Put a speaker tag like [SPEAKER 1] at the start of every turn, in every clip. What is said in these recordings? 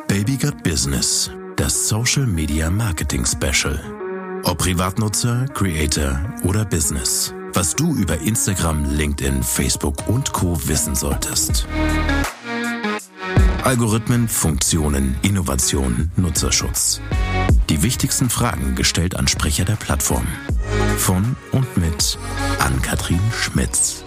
[SPEAKER 1] Baby Got Business, das Social Media Marketing Special. Ob Privatnutzer, Creator oder Business. Was du über Instagram, LinkedIn, Facebook und Co. wissen solltest. Algorithmen, Funktionen, Innovation, Nutzerschutz. Die wichtigsten Fragen gestellt an Sprecher der Plattform. Von und mit Ann-Kathrin Schmitz.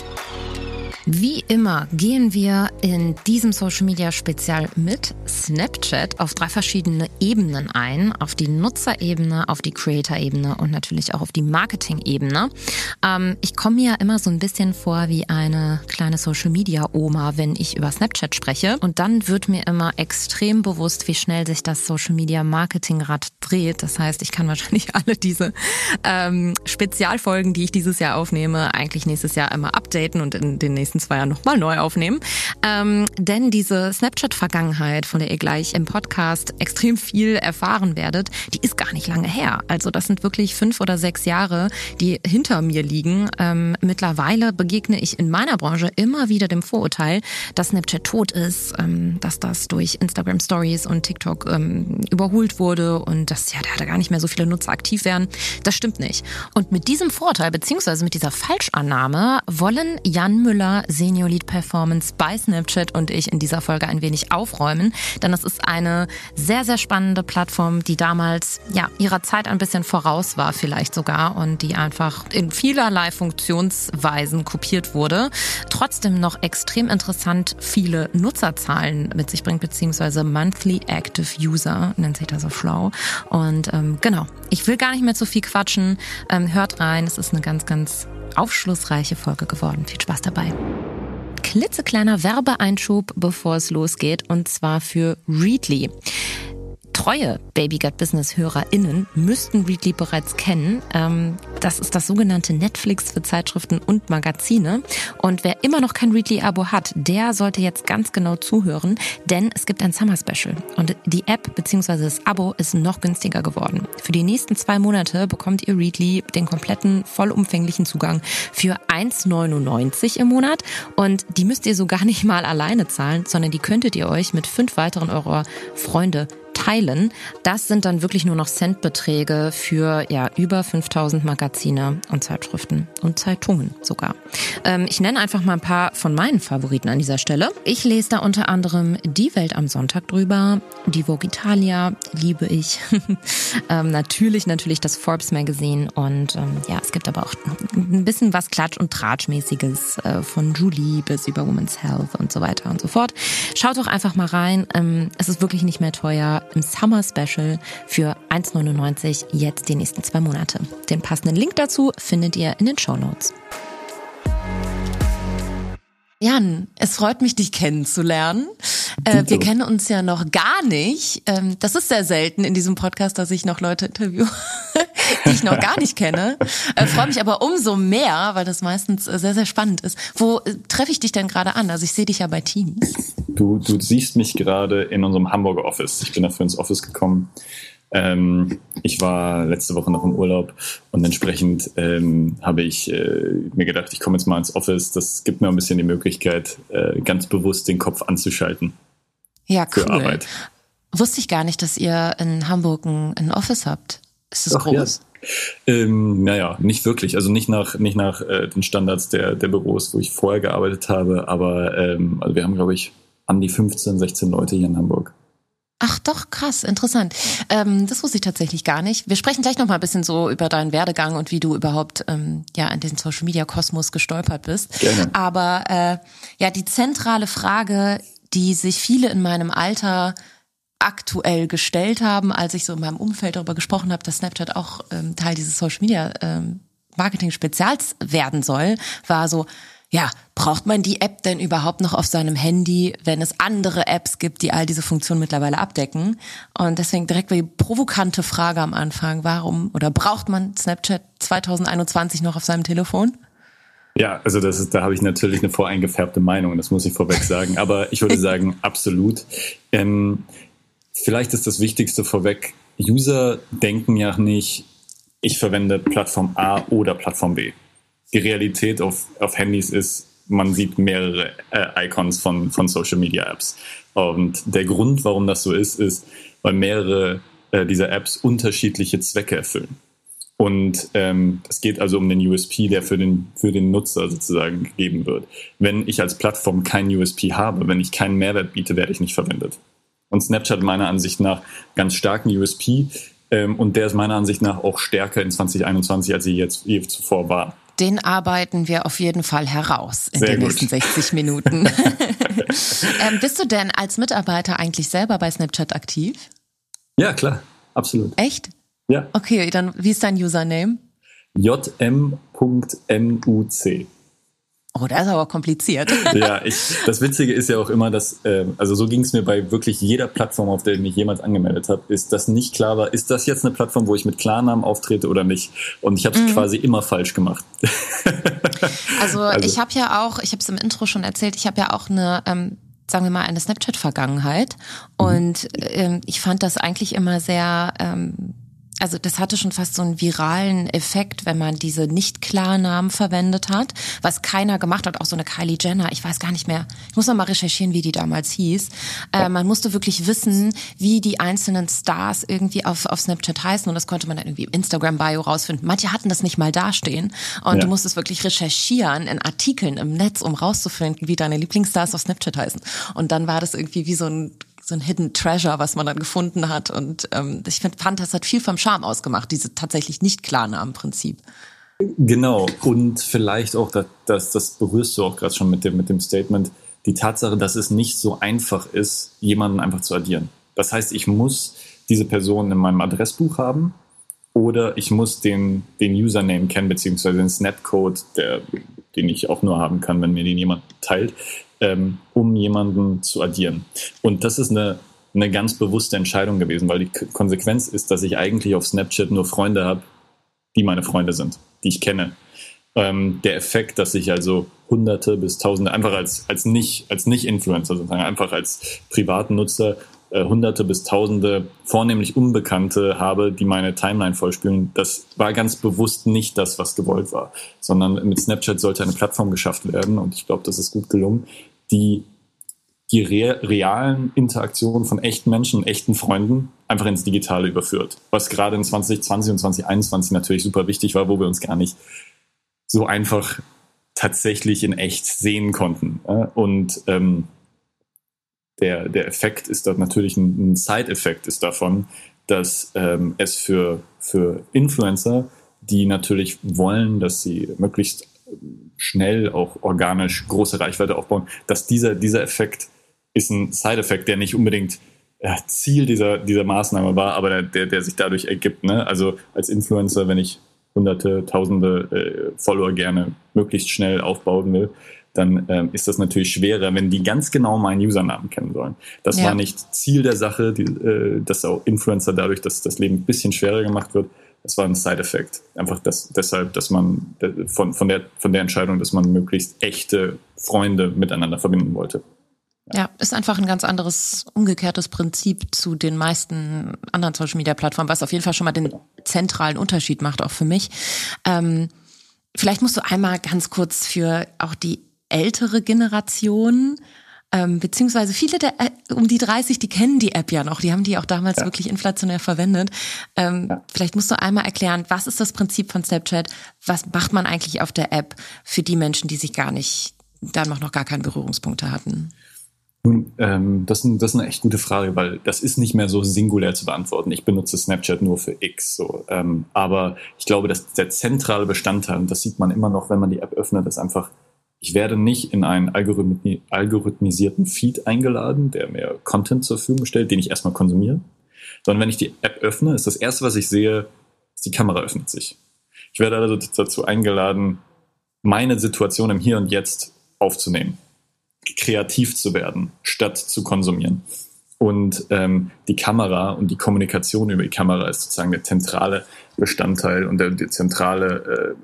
[SPEAKER 2] Wie immer gehen wir in diesem Social Media Spezial mit Snapchat auf 3 verschiedene Ebenen ein. Auf die Nutzerebene, auf die Creator-Ebene und natürlich auch auf die Marketing-Ebene. Ich komme mir ja immer so ein bisschen vor wie eine kleine Social Media Oma, wenn ich über Snapchat spreche. Und dann wird mir immer extrem bewusst, wie schnell sich das Social Media Marketing-Rad dreht. Das heißt, ich kann wahrscheinlich alle diese Spezialfolgen, die ich dieses Jahr aufnehme, eigentlich nächstes Jahr immer updaten und in den nächsten 2 Jahren nochmal neu aufnehmen. Denn diese Snapchat-Vergangenheit, von der ihr gleich im Podcast extrem viel erfahren werdet, die ist gar nicht lange her. Also das sind wirklich 5 oder 6 Jahre, die hinter mir liegen. Mittlerweile begegne ich in meiner Branche immer wieder dem Vorurteil, dass Snapchat tot ist, dass das durch Instagram Stories und TikTok überholt wurde und dass da gar nicht mehr so viele Nutzer aktiv wären. Das stimmt nicht. Und mit diesem Vorurteil beziehungsweise mit dieser Falschannahme wollen Jan Müller, Senior Lead Performance bei Snapchat und ich in dieser Folge ein wenig aufräumen, denn das ist eine sehr, sehr spannende Plattform, die damals ihrer Zeit ein bisschen voraus war vielleicht sogar und die einfach in vielerlei Funktionsweisen kopiert wurde, trotzdem noch extrem interessant viele Nutzerzahlen mit sich bringt, beziehungsweise Monthly Active User, nennt sich das so schlau. Und genau, ich will gar nicht mehr zu viel quatschen, hört rein, es ist eine ganz, ganz aufschlussreiche Folge geworden. Viel Spaß dabei. Klitzekleiner Werbeeinschub, bevor es losgeht, und zwar für Readly. Treue Baby Got Business HörerInnen müssten Readly bereits kennen. Das ist das sogenannte Netflix für Zeitschriften und Magazine. Und wer immer noch kein Readly-Abo hat, der sollte jetzt ganz genau zuhören, denn es gibt ein Summer Special. Und die App bzw. das Abo ist noch günstiger geworden. Für die nächsten 2 Monate bekommt ihr Readly den kompletten, vollumfänglichen Zugang für 1,99 im Monat. Und die müsst ihr so gar nicht mal alleine zahlen, sondern die könntet ihr euch mit 5 weiteren eurer Freunde teilen. Das sind dann wirklich nur noch Centbeträge für über 5000 Magazine und Zeitschriften und Zeitungen sogar. Ich nenne einfach mal ein paar von meinen Favoriten an dieser Stelle. Ich lese da unter anderem Die Welt am Sonntag drüber, die Vogue Italia, liebe ich. Natürlich das Forbes Magazine und es gibt aber auch ein bisschen was Klatsch- und Tratschmäßiges von Julie bis über Women's Health und so weiter und so fort. Schaut doch einfach mal rein. Es ist wirklich nicht mehr teuer. Im Summer Special für 1,99 jetzt die nächsten 2 Monate. Den passenden Link dazu findet ihr in den Shownotes. Jan, es freut mich, dich kennenzulernen. Wir kennen uns ja noch gar nicht. Das ist sehr selten in diesem Podcast, dass ich noch Leute interviewe, die ich noch gar nicht kenne. Freue mich aber umso mehr, weil das meistens sehr, sehr spannend ist. Wo treffe ich dich denn gerade an? Also ich sehe dich ja bei Teams.
[SPEAKER 3] Du siehst mich gerade in unserem Hamburger Office. Ich bin dafür ins Office gekommen. Ich war letzte Woche noch im Urlaub und entsprechend habe ich mir gedacht, ich komme jetzt mal ins Office. Das gibt mir ein bisschen die Möglichkeit, ganz bewusst den Kopf anzuschalten.
[SPEAKER 2] Ja, cool.
[SPEAKER 3] Für Arbeit.
[SPEAKER 2] Wusste ich gar nicht, dass ihr in Hamburg ein Office habt. Ist das groß?
[SPEAKER 3] Ja. Nicht wirklich. Also nicht nach den Standards der Büros, wo ich vorher gearbeitet habe. Aber also wir haben, glaube ich, an die 15, 16 Leute hier in Hamburg.
[SPEAKER 2] Ach doch, krass, interessant. Das wusste ich tatsächlich gar nicht. Wir sprechen gleich noch mal ein bisschen so über deinen Werdegang und wie du überhaupt in den Social-Media-Kosmos gestolpert bist.
[SPEAKER 3] Gerne.
[SPEAKER 2] Aber die zentrale Frage, die sich viele in meinem Alter aktuell gestellt haben, als ich so in meinem Umfeld darüber gesprochen habe, dass Snapchat auch Teil dieses Social-Media-Marketing-Spezials werden soll, war so, braucht man die App denn überhaupt noch auf seinem Handy, wenn es andere Apps gibt, die all diese Funktionen mittlerweile abdecken? Und deswegen direkt die provokante Frage am Anfang, warum oder braucht man Snapchat 2021 noch auf seinem Telefon?
[SPEAKER 3] Ja, also da habe ich natürlich eine voreingefärbte Meinung, das muss ich vorweg sagen. Aber ich würde sagen, absolut. Vielleicht ist das Wichtigste vorweg, User denken ja nicht, ich verwende Plattform A oder Plattform B. Die Realität auf Handys ist, man sieht mehrere Icons von Social Media Apps. Und der Grund, warum das so ist, weil mehrere dieser Apps unterschiedliche Zwecke erfüllen. Und es geht also um den USP, der für den Nutzer sozusagen gegeben wird. Wenn ich als Plattform keinen USP habe, wenn ich keinen Mehrwert biete, werde ich nicht verwendet. Und Snapchat meiner Ansicht nach ganz starken USP und der ist meiner Ansicht nach auch stärker in 2021, als je zuvor war.
[SPEAKER 2] Den arbeiten wir auf jeden Fall heraus in den nächsten 60 Minuten. Bist du denn als Mitarbeiter eigentlich selber bei Snapchat aktiv?
[SPEAKER 3] Ja, klar, absolut.
[SPEAKER 2] Echt?
[SPEAKER 3] Ja.
[SPEAKER 2] Okay, dann wie ist dein Username?
[SPEAKER 3] jm.muc.
[SPEAKER 2] Oh, das ist aber kompliziert.
[SPEAKER 3] Ja, das Witzige ist ja auch immer, dass, also so ging es mir bei wirklich jeder Plattform, auf der ich mich jemals angemeldet habe, ist, dass nicht klar war, ist das jetzt eine Plattform, wo ich mit Klarnamen auftrete oder nicht? Und ich habe es quasi immer falsch gemacht.
[SPEAKER 2] Also ich habe ja auch, ich habe es im Intro schon erzählt, ich habe ja auch eine, sagen wir mal, eine Snapchat-Vergangenheit. Und ich fand das eigentlich immer sehr... Also das hatte schon fast so einen viralen Effekt, wenn man diese Nicht-Klarnamen verwendet hat, was keiner gemacht hat, auch so eine Kylie Jenner, ich weiß gar nicht mehr, ich muss noch mal recherchieren, wie die damals hieß. Man musste wirklich wissen, wie die einzelnen Stars irgendwie auf Snapchat heißen und das konnte man dann irgendwie im Instagram-Bio rausfinden. Manche hatten das nicht mal dastehen und du musstest wirklich recherchieren in Artikeln im Netz, um rauszufinden, wie deine Lieblingsstars auf Snapchat heißen. Und dann war das irgendwie wie so ein Hidden Treasure, was man dann gefunden hat. Und ich fand, das hat viel vom Charme ausgemacht, diese tatsächlich nicht Klarnamen-Prinzip.
[SPEAKER 3] Genau. Und vielleicht auch, das berührst du auch gerade schon mit dem Statement, die Tatsache, dass es nicht so einfach ist, jemanden einfach zu addieren. Das heißt, ich muss diese Person in meinem Adressbuch haben oder ich muss den Username kennen, beziehungsweise den Snapcode, den ich auch nur haben kann, wenn mir den jemand teilt, um jemanden zu addieren. Und das ist eine ganz bewusste Entscheidung gewesen, weil die Konsequenz ist, dass ich eigentlich auf Snapchat nur Freunde habe, die meine Freunde sind, die ich kenne. Der Effekt, dass ich also Hunderte bis Tausende einfach als Nicht-Influencer sozusagen, einfach als privaten Nutzer Hunderte bis Tausende vornehmlich Unbekannte habe, die meine Timeline vollspülen, das war ganz bewusst nicht das, was gewollt war, sondern mit Snapchat sollte eine Plattform geschafft werden und ich glaube, das ist gut gelungen, die realen Interaktionen von echten Menschen, echten Freunden einfach ins Digitale überführt. Was gerade in 2020 und 2021 natürlich super wichtig war, wo wir uns gar nicht so einfach tatsächlich in echt sehen konnten. Und der Effekt ist dort natürlich ein Side-Effekt ist davon, dass es für Influencer, die natürlich wollen, dass sie möglichst schnell auch organisch große Reichweite aufbauen, dass dieser Effekt ist ein Side-Effekt, der nicht unbedingt Ziel dieser Maßnahme war, aber der sich dadurch ergibt. Ne? Also als Influencer, wenn ich Hunderte, Tausende Follower gerne möglichst schnell aufbauen will, dann ist das natürlich schwerer, wenn die ganz genau meinen Usernamen kennen sollen. Das war nicht Ziel der Sache, dass auch Influencer dadurch, dass das Leben ein bisschen schwerer gemacht wird. Das war ein Side-Effekt. Einfach deshalb, dass man von der Entscheidung, dass man möglichst echte Freunde miteinander verbinden wollte.
[SPEAKER 2] Ja, ist einfach ein ganz anderes, umgekehrtes Prinzip zu den meisten anderen Social-Media-Plattformen, was auf jeden Fall schon mal den zentralen Unterschied macht, auch für mich. Vielleicht musst du einmal ganz kurz für auch die ältere Generation, beziehungsweise viele um die 30, die kennen die App ja noch, die haben die auch damals wirklich inflationär verwendet. Vielleicht musst du einmal erklären, was ist das Prinzip von Snapchat, was macht man eigentlich auf der App für die Menschen, die sich da noch gar keine Berührungspunkte hatten?
[SPEAKER 3] Nun, das ist eine echt gute Frage, weil das ist nicht mehr so singulär zu beantworten. Ich benutze Snapchat nur für X. So. Aber ich glaube, dass der zentrale Bestandteil, und das sieht man immer noch, wenn man die App öffnet, ist einfach, ich werde nicht in einen algorithmisierten Feed eingeladen, der mir Content zur Verfügung stellt, den ich erstmal konsumiere, sondern wenn ich die App öffne, ist das Erste, was ich sehe, ist die Kamera öffnet sich. Ich werde also dazu eingeladen, meine Situation im Hier und Jetzt aufzunehmen, kreativ zu werden, statt zu konsumieren. Und die Kamera und die Kommunikation über die Kamera ist sozusagen der zentrale Bestandteil und der zentrale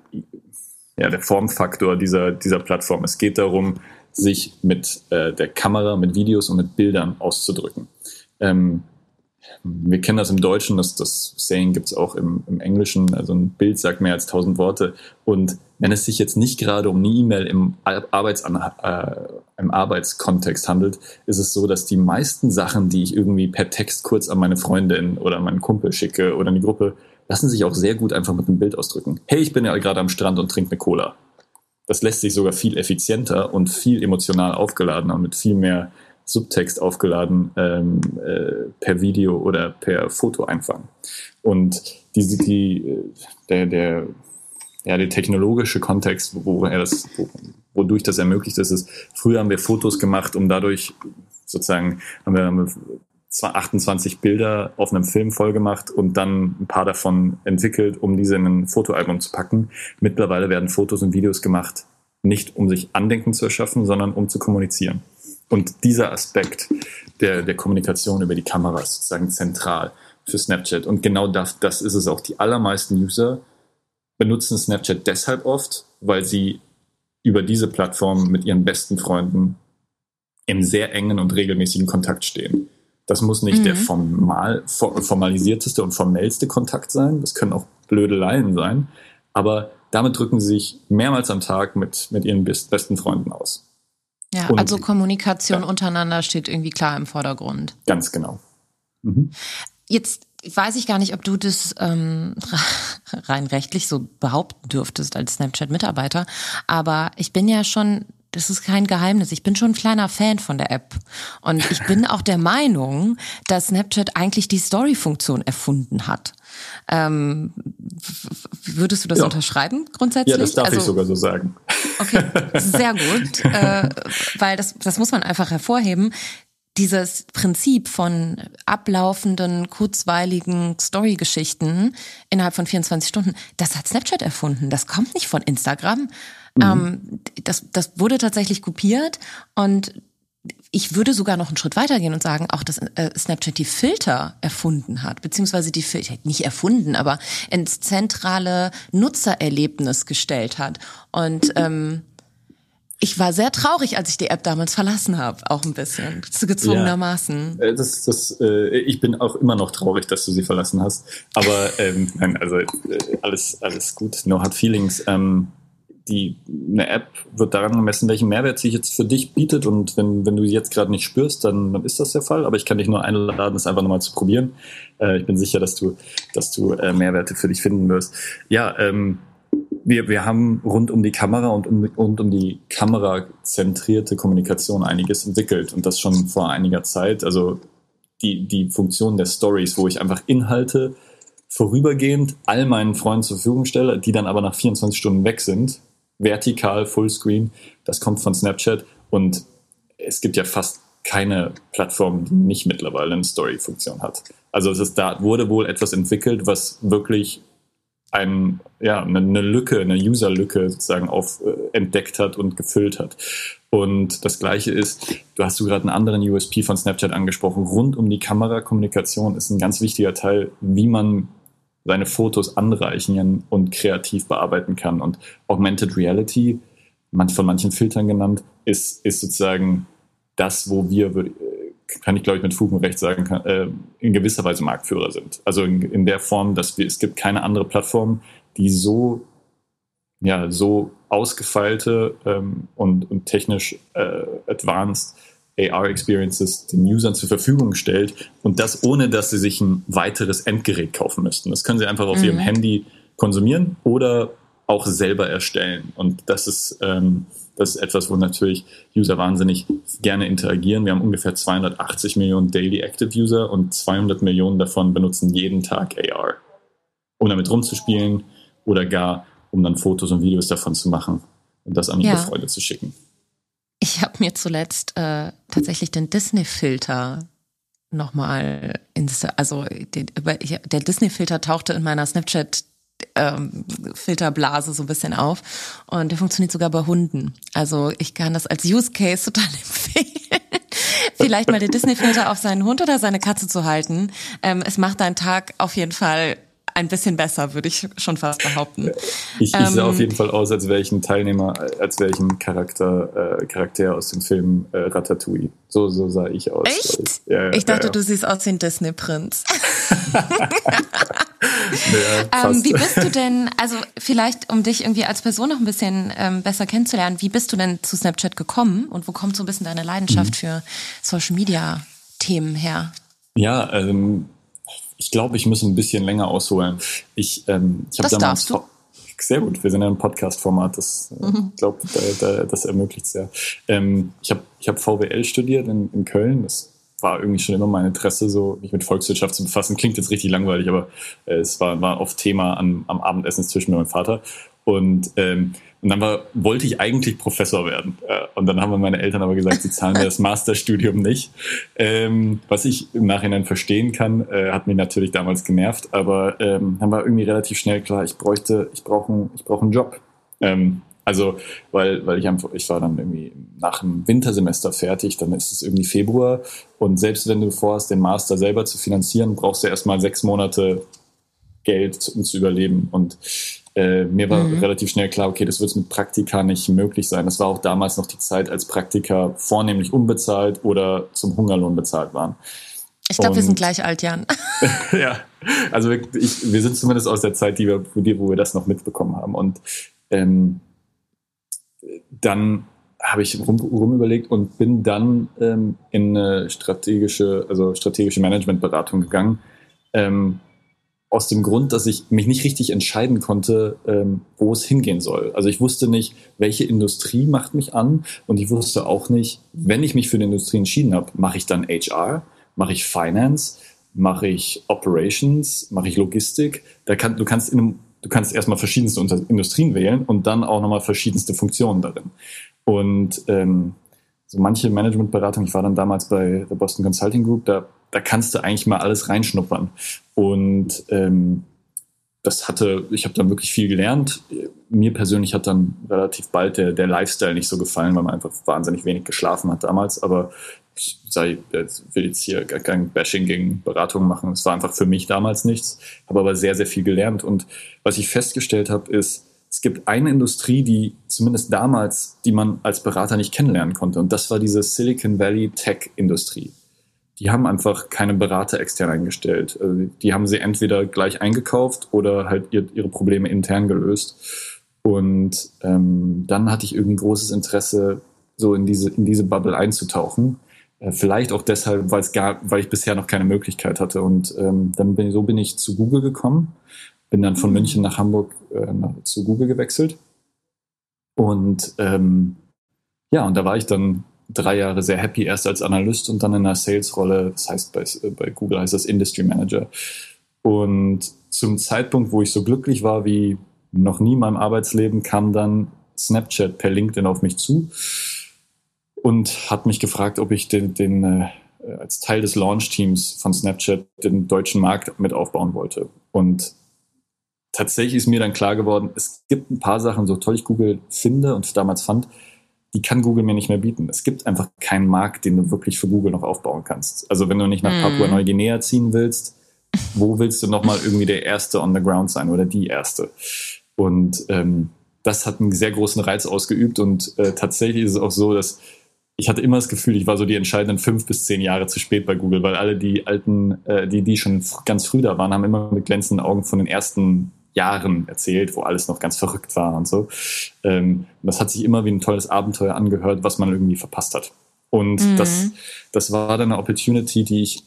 [SPEAKER 3] der Formfaktor dieser Plattform. Es geht darum, sich mit der Kamera, mit Videos und mit Bildern auszudrücken. Wir kennen das im Deutschen, das Saying gibt es auch im Englischen, also ein Bild sagt mehr als 1000 Worte. Und wenn es sich jetzt nicht gerade um eine E-Mail im Arbeitskontext handelt, ist es so, dass die meisten Sachen, die ich irgendwie per Text kurz an meine Freundin oder meinen Kumpel schicke oder in die Gruppe, lassen sich auch sehr gut einfach mit einem Bild ausdrücken. Hey, ich bin ja gerade am Strand und trinke eine Cola. Das lässt sich sogar viel effizienter und viel emotional aufgeladener und mit viel mehr Subtext aufgeladen per Video oder per Foto einfangen. Und der technologische Kontext, wodurch das ermöglicht ist, früher haben wir Fotos gemacht, um dadurch sozusagen haben wir 28 Bilder auf einem Film voll gemacht und dann ein paar davon entwickelt, um diese in ein Fotoalbum zu packen. Mittlerweile werden Fotos und Videos gemacht, nicht um sich Andenken zu erschaffen, sondern um zu kommunizieren. Und dieser Aspekt der Kommunikation über die Kamera ist sozusagen zentral für Snapchat. Und genau das ist es auch. Die allermeisten User benutzen Snapchat deshalb oft, weil sie über diese Plattform mit ihren besten Freunden im sehr engen und regelmäßigen Kontakt stehen. Das muss nicht der formalisierteste und formellste Kontakt sein. Das können auch Blödeleien sein. Aber damit drücken sie sich mehrmals am Tag mit ihren besten Freunden aus.
[SPEAKER 2] Ja, und, also Kommunikation untereinander steht irgendwie klar im Vordergrund.
[SPEAKER 3] Ganz genau. Mhm.
[SPEAKER 2] Jetzt weiß ich gar nicht, ob du das rein rechtlich so behaupten dürftest als Snapchat-Mitarbeiter, aber ich bin ja schon, das ist kein Geheimnis, ich bin schon ein kleiner Fan von der App und ich bin auch der Meinung, dass Snapchat eigentlich die Story-Funktion erfunden hat. Würdest du das unterschreiben grundsätzlich?
[SPEAKER 3] Ja, das darf ich sogar so sagen.
[SPEAKER 2] Okay, sehr gut, weil das muss man einfach hervorheben. Dieses Prinzip von ablaufenden, kurzweiligen Story-Geschichten innerhalb von 24 Stunden, das hat Snapchat erfunden. Das kommt nicht von Instagram. Das wurde tatsächlich kopiert und ich würde sogar noch einen Schritt weitergehen und sagen, auch dass Snapchat die Filter erfunden hat, beziehungsweise die Filter nicht erfunden, aber ins zentrale Nutzererlebnis gestellt hat. Und ich war sehr traurig, als ich die App damals verlassen habe, auch ein bisschen, gezwungenermaßen.
[SPEAKER 3] Ja, ich bin auch immer noch traurig, dass du sie verlassen hast. Aber nein, also alles gut, no hard feelings. Eine App wird daran gemessen, welchen Mehrwert sie jetzt für dich bietet. Und wenn du sie jetzt gerade nicht spürst, dann ist das der Fall. Aber ich kann dich nur einladen, es einfach nochmal zu probieren. Ich bin sicher, dass du Mehrwerte für dich finden wirst. Ja, wir haben rund um die Kamera und um die kamerazentrierte Kommunikation einiges entwickelt und das schon vor einiger Zeit. Also die Funktion der Stories, wo ich einfach Inhalte vorübergehend all meinen Freunden zur Verfügung stelle, die dann aber nach 24 Stunden weg sind, vertikal, Fullscreen, das kommt von Snapchat und es gibt ja fast keine Plattform, die nicht mittlerweile eine Story-Funktion hat. Also da wurde wohl etwas entwickelt, was wirklich eine Lücke, eine User-Lücke sozusagen entdeckt hat und gefüllt hat. Und das Gleiche ist, du hast gerade einen anderen USP von Snapchat angesprochen, rund um die Kamerakommunikation ist ein ganz wichtiger Teil, wie man seine Fotos anreichern und kreativ bearbeiten kann. Und Augmented Reality, von manchen Filtern genannt, ist sozusagen das, wo wir, kann ich glaube ich mit Fug und Recht sagen, in gewisser Weise Marktführer sind. Also in der Form, dass es gibt keine andere Plattform, die so ausgefeilte und technisch advanced AR-Experiences den Usern zur Verfügung stellt und das ohne, dass sie sich ein weiteres Endgerät kaufen müssten. Das können sie einfach auf ihrem Handy konsumieren oder auch selber erstellen. Und das ist etwas, wo natürlich User wahnsinnig gerne interagieren. Wir haben ungefähr 280 Millionen Daily Active User und 200 Millionen davon benutzen jeden Tag AR, um damit rumzuspielen oder gar um dann Fotos und Videos davon zu machen und das an ihre Freunde zu schicken.
[SPEAKER 2] Ich habe mir zuletzt tatsächlich den Disney-Filter nochmal der Disney-Filter tauchte in meiner Snapchat Filterblase so ein bisschen auf und der funktioniert sogar bei Hunden. Also ich kann das als Use Case total empfehlen. Vielleicht mal den Disney-Filter auf seinen Hund oder seine Katze zu halten. Es macht deinen Tag auf jeden Fall ein bisschen besser, würde ich schon fast behaupten.
[SPEAKER 3] Ich sehe auf jeden Fall aus, als wäre ich ein Teilnehmer, als wäre ich ein Charakter aus dem Film Ratatouille. So sah ich aus.
[SPEAKER 2] Echt? Ich dachte, du siehst aus wie ein Disney-Prinz. Wie bist du denn, also vielleicht, um dich irgendwie als Person noch ein bisschen besser kennenzulernen, wie bist du denn zu Snapchat gekommen und wo kommt so ein bisschen deine Leidenschaft für Social-Media-Themen her?
[SPEAKER 3] Ja, ich glaube, ich muss ein bisschen länger ausholen. Ich habe damals...
[SPEAKER 2] Du.
[SPEAKER 3] Sehr gut, wir sind ja ein Podcast-Format, das glaube, das ermöglicht es ja. Ich hab VWL studiert in Köln, das war irgendwie schon immer mein Interesse, so mich mit Volkswirtschaft zu befassen. Klingt jetzt richtig langweilig, aber es war oft Thema am Abendessenstisch mit meinem Vater. Und dann wollte ich eigentlich Professor werden. Und dann haben meine Eltern aber gesagt, sie zahlen mir das Masterstudium nicht. Was ich im Nachhinein verstehen kann, hat mich natürlich damals genervt. Aber dann war irgendwie relativ schnell klar, ich brauche einen Job. Weil ich war dann irgendwie nach dem Wintersemester fertig, dann ist es irgendwie Februar. Und selbst wenn du vorhast, den Master selber zu finanzieren, brauchst du erstmal 6 Monate Geld, um zu überleben. Und mir war relativ schnell klar, okay, das wird mit Praktika nicht möglich sein. Das war auch damals noch die Zeit, als Praktika vornehmlich unbezahlt oder zum Hungerlohn bezahlt waren.
[SPEAKER 2] Ich glaube, wir sind gleich alt, Jan.
[SPEAKER 3] Ja, also wir sind zumindest aus der Zeit, wo wir das noch mitbekommen haben. Und dann habe ich rumüberlegt und bin dann in eine strategische Managementberatung gegangen. Aus dem Grund, dass ich mich nicht richtig entscheiden konnte, wo es hingehen soll. Also ich wusste nicht, welche Industrie macht mich an und ich wusste auch nicht, wenn ich mich für die Industrie entschieden habe, mache ich dann HR, mache ich Finance, mache ich Operations, mache ich Logistik. Du kannst erstmal verschiedenste Industrien wählen und dann auch nochmal verschiedenste Funktionen darin. Und so manche Managementberatung, ich war dann damals bei der Boston Consulting Group, da kannst du eigentlich mal alles reinschnuppern. Und ich habe dann wirklich viel gelernt. Mir persönlich hat dann relativ bald der Lifestyle nicht so gefallen, weil man einfach wahnsinnig wenig geschlafen hat damals. Aber ich will jetzt hier gar kein Bashing gegen Beratung machen. Es war einfach für mich damals nichts. Habe aber sehr, sehr viel gelernt. Und was ich festgestellt habe, ist, es gibt eine Industrie, die zumindest damals, die man als Berater nicht kennenlernen konnte. Und das war diese Silicon Valley Tech-Industrie. Die haben einfach keine Berater extern eingestellt. Also die haben sie entweder gleich eingekauft oder halt ihre Probleme intern gelöst. Und dann hatte ich irgendwie großes Interesse, so in diese Bubble einzutauchen. Vielleicht auch deshalb, weil ich bisher noch keine Möglichkeit hatte. Und dann bin ich zu Google gekommen, bin dann von München nach Hamburg zu Google gewechselt. Und und da war ich dann 3 Jahre sehr happy, erst als Analyst und dann in einer Sales-Rolle, das heißt bei Google heißt das Industry Manager. Und zum Zeitpunkt, wo ich so glücklich war wie noch nie in meinem Arbeitsleben, kam dann Snapchat per LinkedIn auf mich zu und hat mich gefragt, ob ich als Teil des Launch-Teams von Snapchat den deutschen Markt mit aufbauen wollte. Und tatsächlich ist mir dann klar geworden, es gibt ein paar Sachen, so toll ich Google finde und damals fand, die kann Google mir nicht mehr bieten. Es gibt einfach keinen Markt, den du wirklich für Google noch aufbauen kannst. Also wenn du nicht nach Papua-Neuguinea ziehen willst, wo willst du nochmal irgendwie der Erste on the ground sein oder die Erste? Und das hat einen sehr großen Reiz ausgeübt und tatsächlich ist es auch so, dass ich hatte immer das Gefühl, ich war so die entscheidenden 5 bis 10 Jahre zu spät bei Google, weil alle die Alten, die schon ganz früh da waren, haben immer mit glänzenden Augen von den ersten Jahren erzählt, wo alles noch ganz verrückt war und so. Das hat sich immer wie ein tolles Abenteuer angehört, was man irgendwie verpasst hat. Und das war dann eine Opportunity, die ich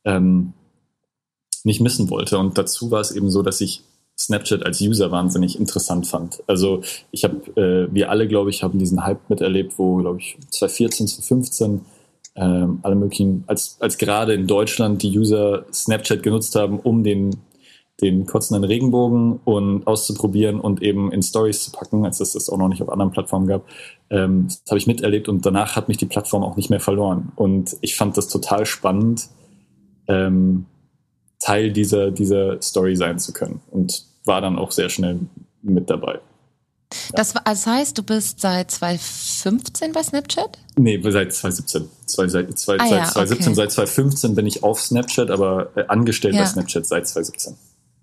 [SPEAKER 3] nicht missen wollte. Und dazu war es eben so, dass ich Snapchat als User wahnsinnig interessant fand. Also wir alle, glaube ich, haben diesen Hype miterlebt, wo, glaube ich, 2014, 2015 alle möglichen, als gerade in Deutschland die User Snapchat genutzt haben, um den kotzenden Regenbogen und auszuprobieren und eben in Stories zu packen, als es das auch noch nicht auf anderen Plattformen gab. Das habe ich miterlebt und danach hat mich die Plattform auch nicht mehr verloren. Und ich fand das total spannend, Teil dieser Story sein zu können und war dann auch sehr schnell mit dabei.
[SPEAKER 2] Das heißt, du bist seit 2015 bei Snapchat?
[SPEAKER 3] Nee, seit 2017. Seit 2017, okay. Seit 2015 bin ich auf Snapchat, aber angestellt bei Snapchat seit 2017.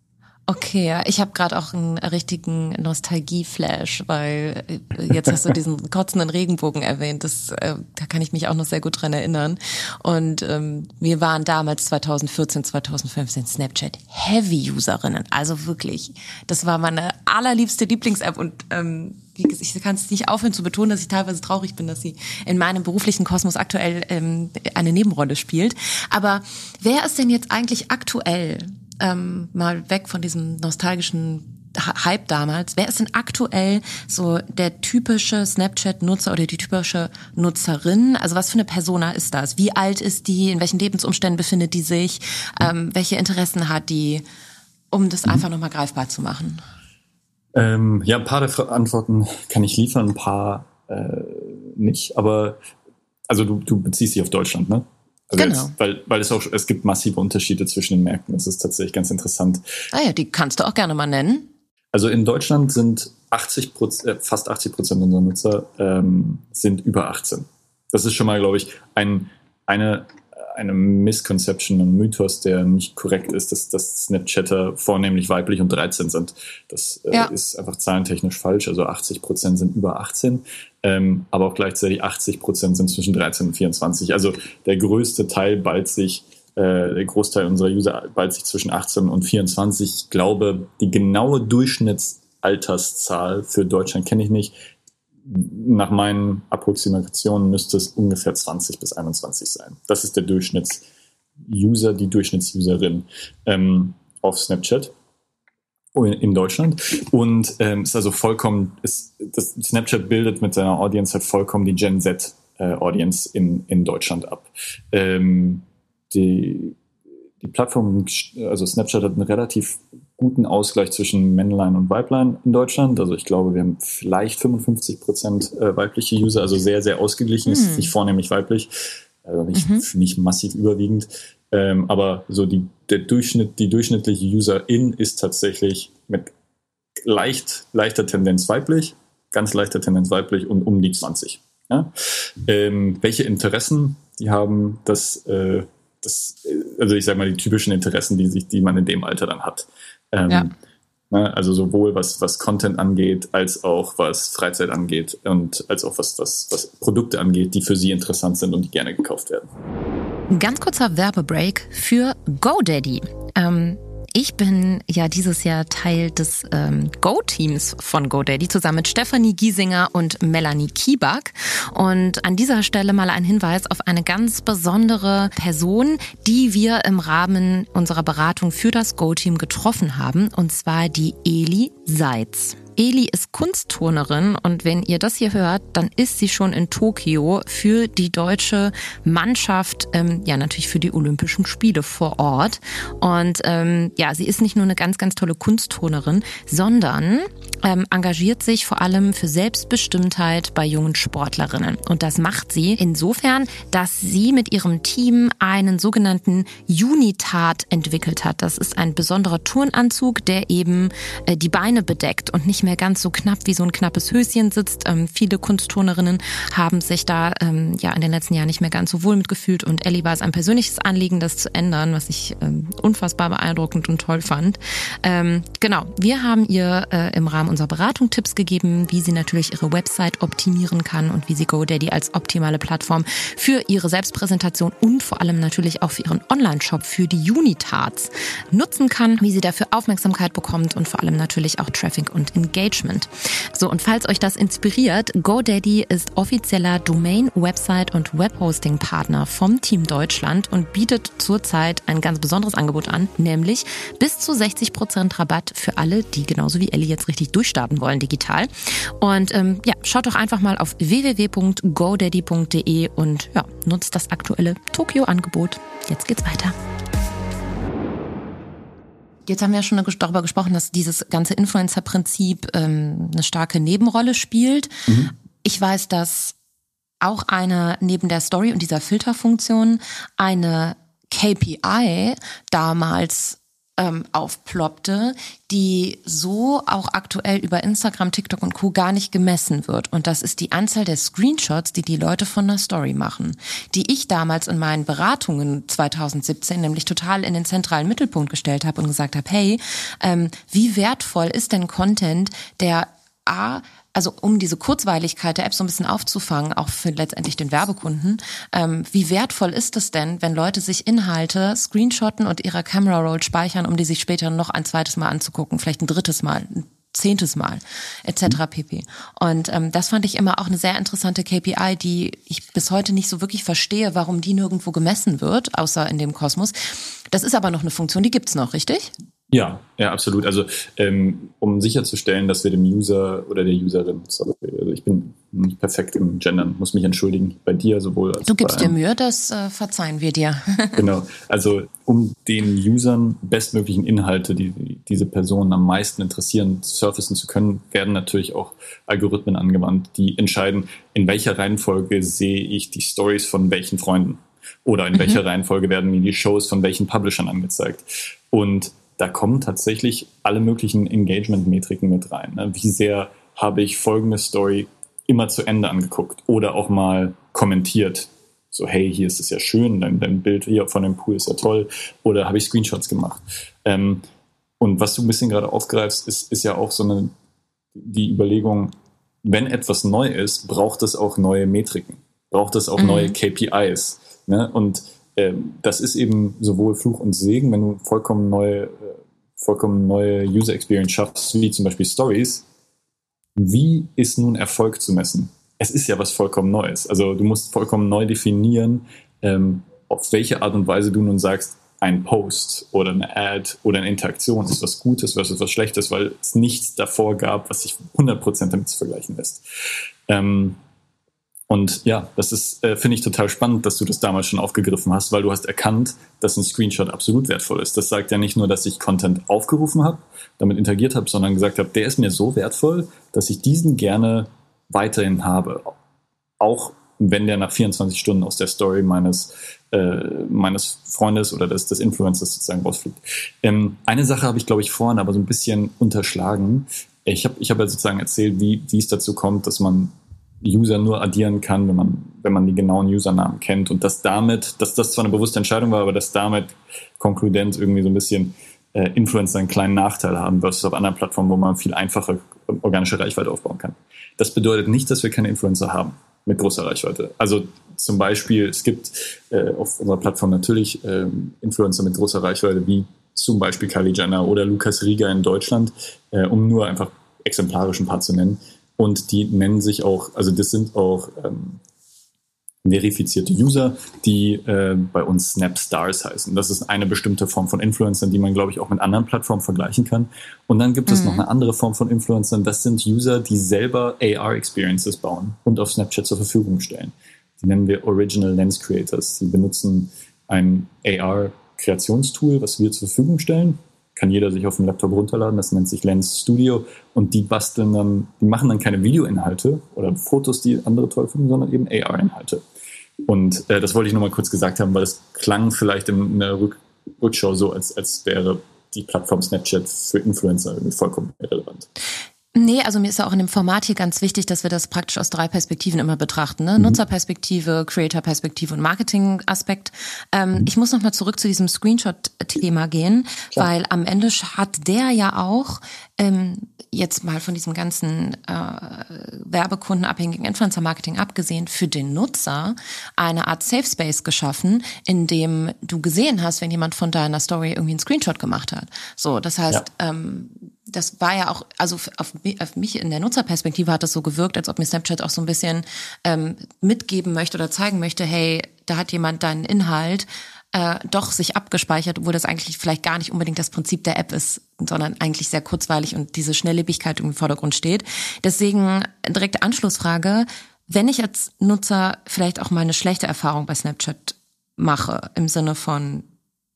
[SPEAKER 2] Okay, ja, ich habe gerade auch einen richtigen Nostalgie-Flash, weil jetzt hast du diesen kotzenden Regenbogen erwähnt, da kann ich mich auch noch sehr gut dran erinnern. Und wir waren damals 2014, 2015 Snapchat-Heavy-Userinnen, also wirklich, das war meine allerliebste Lieblings-App und ich kann es nicht aufhören zu betonen, dass ich teilweise traurig bin, dass sie in meinem beruflichen Kosmos aktuell eine Nebenrolle spielt. Aber wer ist denn jetzt eigentlich aktuell, mal weg von diesem nostalgischen Hype damals, wer ist denn aktuell so der typische Snapchat-Nutzer oder die typische Nutzerin? Also was für eine Persona ist das? Wie alt ist die? In welchen Lebensumständen befindet die sich? Welche Interessen hat die? Um das einfach nochmal greifbar zu machen.
[SPEAKER 3] Ja, ein paar der Antworten kann ich liefern, ein paar nicht. Aber also du beziehst dich auf Deutschland, ne? Also
[SPEAKER 2] genau.
[SPEAKER 3] Jetzt, weil es gibt massive Unterschiede zwischen den Märkten. Das ist tatsächlich ganz interessant.
[SPEAKER 2] Ah ja, die kannst du auch gerne mal nennen.
[SPEAKER 3] Also in Deutschland sind fast 80% unserer Nutzer sind über 18. Das ist schon mal, glaube ich, eine Misconception, ein Mythos, der nicht korrekt ist, dass Snapchatter vornehmlich weiblich und 13 sind. Das ist einfach zahlentechnisch falsch. Also 80% sind über 18, aber auch gleichzeitig 80% sind zwischen 13 und 24. Also der größte Teil der Großteil unserer User ballt sich zwischen 18 und 24. Ich glaube, die genaue Durchschnittsalterszahl für Deutschland kenne ich nicht. Nach meinen Approximationen müsste es ungefähr 20 bis 21 sein. Das ist der Durchschnittsuser, die Durchschnittsuserin auf Snapchat in Deutschland. Und ist also das Snapchat bildet mit seiner Audience halt vollkommen die Gen Z Audience in Deutschland ab. Die Plattform, also Snapchat hat einen relativ guten Ausgleich zwischen Männlein und Weiblein in Deutschland. Also ich glaube, wir haben vielleicht 55% weibliche User, also sehr, sehr ausgeglichen. Ist nicht vornehmlich weiblich, also nicht massiv überwiegend. Aber so die durchschnittliche Userin ist tatsächlich mit leichter Tendenz weiblich, ganz leichter Tendenz weiblich und um die 20. Ja? Welche Interessen die haben, also ich sag mal, die typischen Interessen, die man in dem Alter dann hat. Also sowohl was Content angeht, als auch was Freizeit angeht und als auch was Produkte angeht, die für sie interessant sind und die gerne gekauft werden.
[SPEAKER 2] Ganz kurzer Werbebreak für GoDaddy. Ich bin ja dieses Jahr Teil des Go-Teams von GoDaddy zusammen mit Stefanie Giesinger und Melanie Kieback. Und an dieser Stelle mal ein Hinweis auf eine ganz besondere Person, die wir im Rahmen unserer Beratung für das Go-Team getroffen haben, und zwar die Eli Seitz. Eli ist Kunstturnerin und wenn ihr das hier hört, dann ist sie schon in Tokio für die deutsche Mannschaft, natürlich für die Olympischen Spiele vor Ort. Und sie ist nicht nur eine ganz, ganz tolle Kunstturnerin, sondern engagiert sich vor allem für Selbstbestimmtheit bei jungen Sportlerinnen. Und das macht sie insofern, dass sie mit ihrem Team einen sogenannten Unitat entwickelt hat. Das ist ein besonderer Turnanzug, der eben die Beine bedeckt und nicht mehr ganz so knapp wie so ein knappes Höschen sitzt. Viele Kunstturnerinnen haben sich da in den letzten Jahren nicht mehr ganz so wohl mitgefühlt und Elli war es ein persönliches Anliegen, das zu ändern, was ich unfassbar beeindruckend und toll fand. Wir haben ihr im Rahmen unserer Beratung Tipps gegeben, wie sie natürlich ihre Website optimieren kann und wie sie GoDaddy als optimale Plattform für ihre Selbstpräsentation und vor allem natürlich auch für ihren Online-Shop für die Unitats nutzen kann, wie sie dafür Aufmerksamkeit bekommt und vor allem natürlich auch Traffic und Engagement. So, und falls euch das inspiriert, GoDaddy ist offizieller Domain-, Website- und Webhosting-Partner vom Team Deutschland und bietet zurzeit ein ganz besonderes Angebot an, nämlich bis zu 60% Rabatt für alle, die genauso wie Elli jetzt richtig durchstarten wollen digital. Und schaut doch einfach mal auf www.godaddy.de und nutzt das aktuelle Tokio-Angebot. Jetzt geht's weiter. Jetzt haben wir ja schon darüber gesprochen, dass dieses ganze Influencer-Prinzip eine starke Nebenrolle spielt. Mhm. Ich weiß, dass auch neben der Story und dieser Filterfunktion eine KPI damals aufploppte, die so auch aktuell über Instagram, TikTok und Co. gar nicht gemessen wird. Und das ist die Anzahl der Screenshots, die Leute von einer Story machen, die ich damals in meinen Beratungen 2017 nämlich total in den zentralen Mittelpunkt gestellt habe und gesagt habe, hey, wie wertvoll ist denn Content, der also um diese Kurzweiligkeit der App so ein bisschen aufzufangen, auch für letztendlich den Werbekunden, wie wertvoll ist es denn, wenn Leute sich Inhalte screenshotten und ihrer Camera Roll speichern, um die sich später noch ein zweites Mal anzugucken, vielleicht ein drittes Mal, ein 10. Mal, etc. pp. Und das fand ich immer auch eine sehr interessante KPI, die ich bis heute nicht so wirklich verstehe, warum die nirgendwo gemessen wird, außer in dem Kosmos. Das ist aber noch eine Funktion, die gibt's noch, richtig?
[SPEAKER 3] Ja, absolut. Also um sicherzustellen, dass wir dem User oder der Userin, also ich bin nicht perfekt im Gendern, muss mich entschuldigen, bei dir sowohl als
[SPEAKER 2] du gibst
[SPEAKER 3] dir
[SPEAKER 2] Mühe, das verzeihen wir dir.
[SPEAKER 3] Genau, also um den Usern bestmöglichen Inhalte, die diese Personen am meisten interessieren, surfacen zu können, werden natürlich auch Algorithmen angewandt, die entscheiden, in welcher Reihenfolge sehe ich die Stories von welchen Freunden oder in welcher Reihenfolge werden mir die Shows von welchen Publishern angezeigt. Und da kommen tatsächlich alle möglichen Engagement-Metriken mit rein. Ne? Wie sehr habe ich folgende Story immer zu Ende angeguckt oder auch mal kommentiert. So, hey, hier ist es ja schön, dein Bild hier von dem Pool ist ja toll. Oder habe ich Screenshots gemacht. Und was du ein bisschen gerade aufgreifst, ist ja auch so die Überlegung, wenn etwas neu ist, braucht es auch neue Metriken. Braucht es auch neue KPIs. Ne? Und das ist eben sowohl Fluch und Segen, wenn du vollkommen neue User Experience schaffst, wie zum Beispiel Stories. Wie ist nun Erfolg zu messen? Es ist ja was vollkommen Neues. Also du musst vollkommen neu definieren, auf welche Art und Weise du nun sagst, ein Post oder eine Ad oder eine Interaktion ist was Gutes versus was Schlechtes, weil es nichts davor gab, was sich 100% damit zu vergleichen lässt. Und ja, das ist, finde ich total spannend, dass du das damals schon aufgegriffen hast, weil du hast erkannt, dass ein Screenshot absolut wertvoll ist. Das sagt ja nicht nur, dass ich Content aufgerufen habe, damit interagiert habe, sondern gesagt habe, der ist mir so wertvoll, dass ich diesen gerne weiterhin habe. Auch wenn der nach 24 Stunden aus der Story meines Freundes oder des Influencers sozusagen rausfliegt. Eine Sache habe ich, glaube ich, vorhin aber so ein bisschen unterschlagen. Ich hab ja sozusagen erzählt, wie es dazu kommt, dass man User nur addieren kann, wenn man die genauen Usernamen kennt und dass das zwar eine bewusste Entscheidung war, aber dass damit konkludent irgendwie so ein bisschen Influencer einen kleinen Nachteil haben versus auf anderen Plattformen, wo man viel einfacher organische Reichweite aufbauen kann. Das bedeutet nicht, dass wir keine Influencer haben mit großer Reichweite. Also zum Beispiel, es gibt auf unserer Plattform natürlich Influencer mit großer Reichweite, wie zum Beispiel Kylie Jenner oder Lukas Rieger in Deutschland, um nur einfach exemplarisch ein paar zu nennen. Und die nennen sich auch, also das sind auch verifizierte User, die bei uns Snapstars heißen. Das ist eine bestimmte Form von Influencern, die man, glaube ich, auch mit anderen Plattformen vergleichen kann. Und dann gibt es noch eine andere Form von Influencern. Das sind User, die selber AR-Experiences bauen und auf Snapchat zur Verfügung stellen. Die nennen wir Original Lens Creators. Die benutzen ein AR-Kreationstool, was wir zur Verfügung stellen. Kann jeder sich auf dem Laptop runterladen, das nennt sich Lens Studio und die machen dann keine Videoinhalte oder Fotos, die andere toll finden, sondern eben AR-Inhalte. Und das wollte ich nochmal kurz gesagt haben, weil es klang vielleicht in der Rückschau so, als wäre die Plattform Snapchat für Influencer irgendwie vollkommen irrelevant.
[SPEAKER 2] Nee, also mir ist ja auch in dem Format hier ganz wichtig, dass wir das praktisch aus 3 Perspektiven immer betrachten, ne? Nutzerperspektive, Creator-Perspektive und Marketing-Aspekt. Ich muss nochmal zurück zu diesem Screenshot-Thema gehen, weil am Ende hat der ja auch jetzt mal von diesem ganzen werbekundenabhängigen Influencer-Marketing abgesehen, für den Nutzer eine Art Safe Space geschaffen, in dem du gesehen hast, wenn jemand von deiner Story irgendwie einen Screenshot gemacht hat. So, das heißt, das war ja auch, also auf mich in der Nutzerperspektive hat das so gewirkt, als ob mir Snapchat auch so ein bisschen mitgeben möchte oder zeigen möchte, hey, da hat jemand deinen Inhalt doch sich abgespeichert, obwohl das eigentlich vielleicht gar nicht unbedingt das Prinzip der App ist, sondern eigentlich sehr kurzweilig und diese Schnelllebigkeit im Vordergrund steht. Deswegen direkte Anschlussfrage, wenn ich als Nutzer vielleicht auch mal eine schlechte Erfahrung bei Snapchat mache, im Sinne von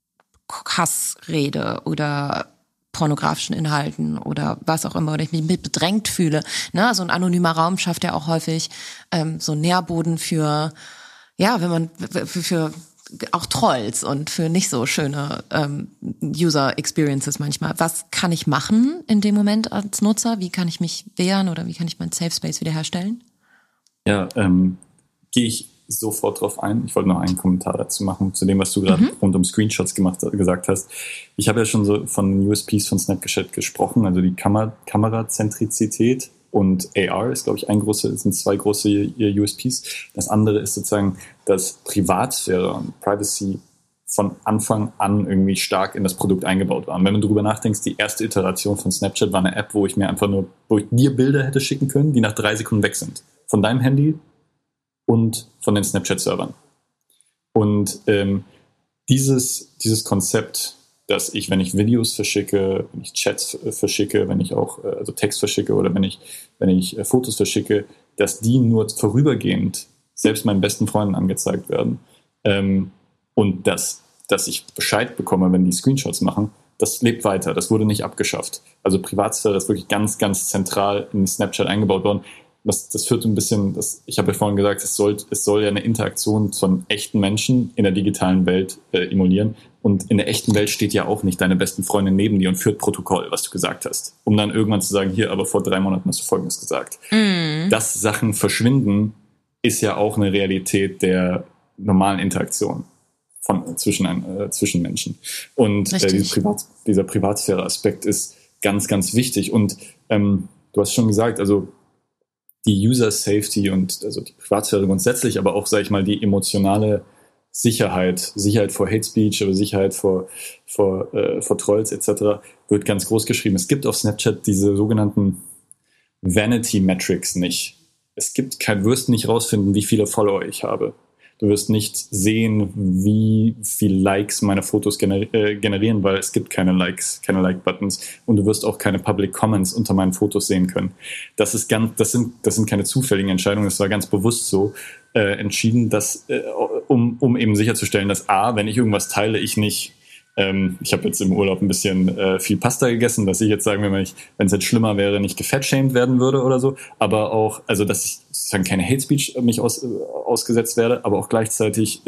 [SPEAKER 2] Hassrede oder pornografischen Inhalten oder was auch immer, oder ich mich mit bedrängt fühle. Ne? So ein anonymer Raum schafft ja auch häufig so einen Nährboden für, ja, wenn man für auch Trolls und für nicht so schöne User Experiences manchmal. Was kann ich machen in dem Moment als Nutzer? Wie kann ich mich wehren oder wie kann ich meinen Safe Space wiederherstellen?
[SPEAKER 3] Ja, gehe ich sofort drauf ein. Ich wollte noch einen Kommentar dazu machen, zu dem, was du gerade rund um Screenshots gesagt hast. Ich habe ja schon so von den USPs von Snapchat gesprochen, also die Kamerazentrizität und AR ist, glaube ich, sind zwei große USPs. Das andere ist sozusagen, dass Privatsphäre und Privacy von Anfang an irgendwie stark in das Produkt eingebaut waren. Wenn du darüber nachdenkst, die erste Iteration von Snapchat war eine App, wo ich dir Bilder hätte schicken können, die nach 3 Sekunden weg sind. Von deinem Handy und von den Snapchat-Servern. Und dieses Konzept, dass ich, wenn ich Videos verschicke, wenn ich Chats verschicke, wenn ich auch also Text verschicke oder wenn ich Fotos verschicke, dass die nur vorübergehend selbst meinen besten Freunden angezeigt werden. Und dass ich Bescheid bekomme, wenn die Screenshots machen, das lebt weiter. Das wurde nicht abgeschafft. Also Privatsphäre ist wirklich ganz, ganz zentral in Snapchat eingebaut worden. Das führt ein bisschen, ich habe ja vorhin gesagt, es soll ja eine Interaktion von echten Menschen in der digitalen Welt emulieren. Und in der echten Welt steht ja auch nicht deine besten Freundin neben dir und führt Protokoll, was du gesagt hast. Um dann irgendwann zu sagen, hier, aber vor 3 Monaten hast du Folgendes gesagt. Dass Sachen verschwinden, ist ja auch eine Realität der normalen Interaktion zwischen Menschen. Und dieser Privatsphäre-Aspekt ist ganz, ganz wichtig. Und du hast schon gesagt, also die User Safety und also die Privatsphäre grundsätzlich, aber auch, sage ich mal, die emotionale Sicherheit vor Hate Speech oder Sicherheit vor Trolls etc. wird ganz groß geschrieben. Es gibt auf Snapchat diese sogenannten Vanity Metrics nicht. Wirst nicht rausfinden, wie viele Follower ich habe. Du wirst nicht sehen, wie viel Likes meine Fotos generieren, weil es gibt keine Likes, keine Like-Buttons und du wirst auch keine Public Comments unter meinen Fotos sehen können. Das sind keine zufälligen Entscheidungen, das war ganz bewusst so entschieden, dass um eben sicherzustellen, dass wenn ich irgendwas teile, ich nicht ich habe jetzt im Urlaub ein bisschen viel Pasta gegessen, dass ich jetzt sagen wir mal, wenn es jetzt schlimmer wäre, nicht gefettshamed werden würde oder so, aber auch, also dass ich sozusagen keine Hate Speech mich ausgesetzt werde, aber auch gleichzeitig,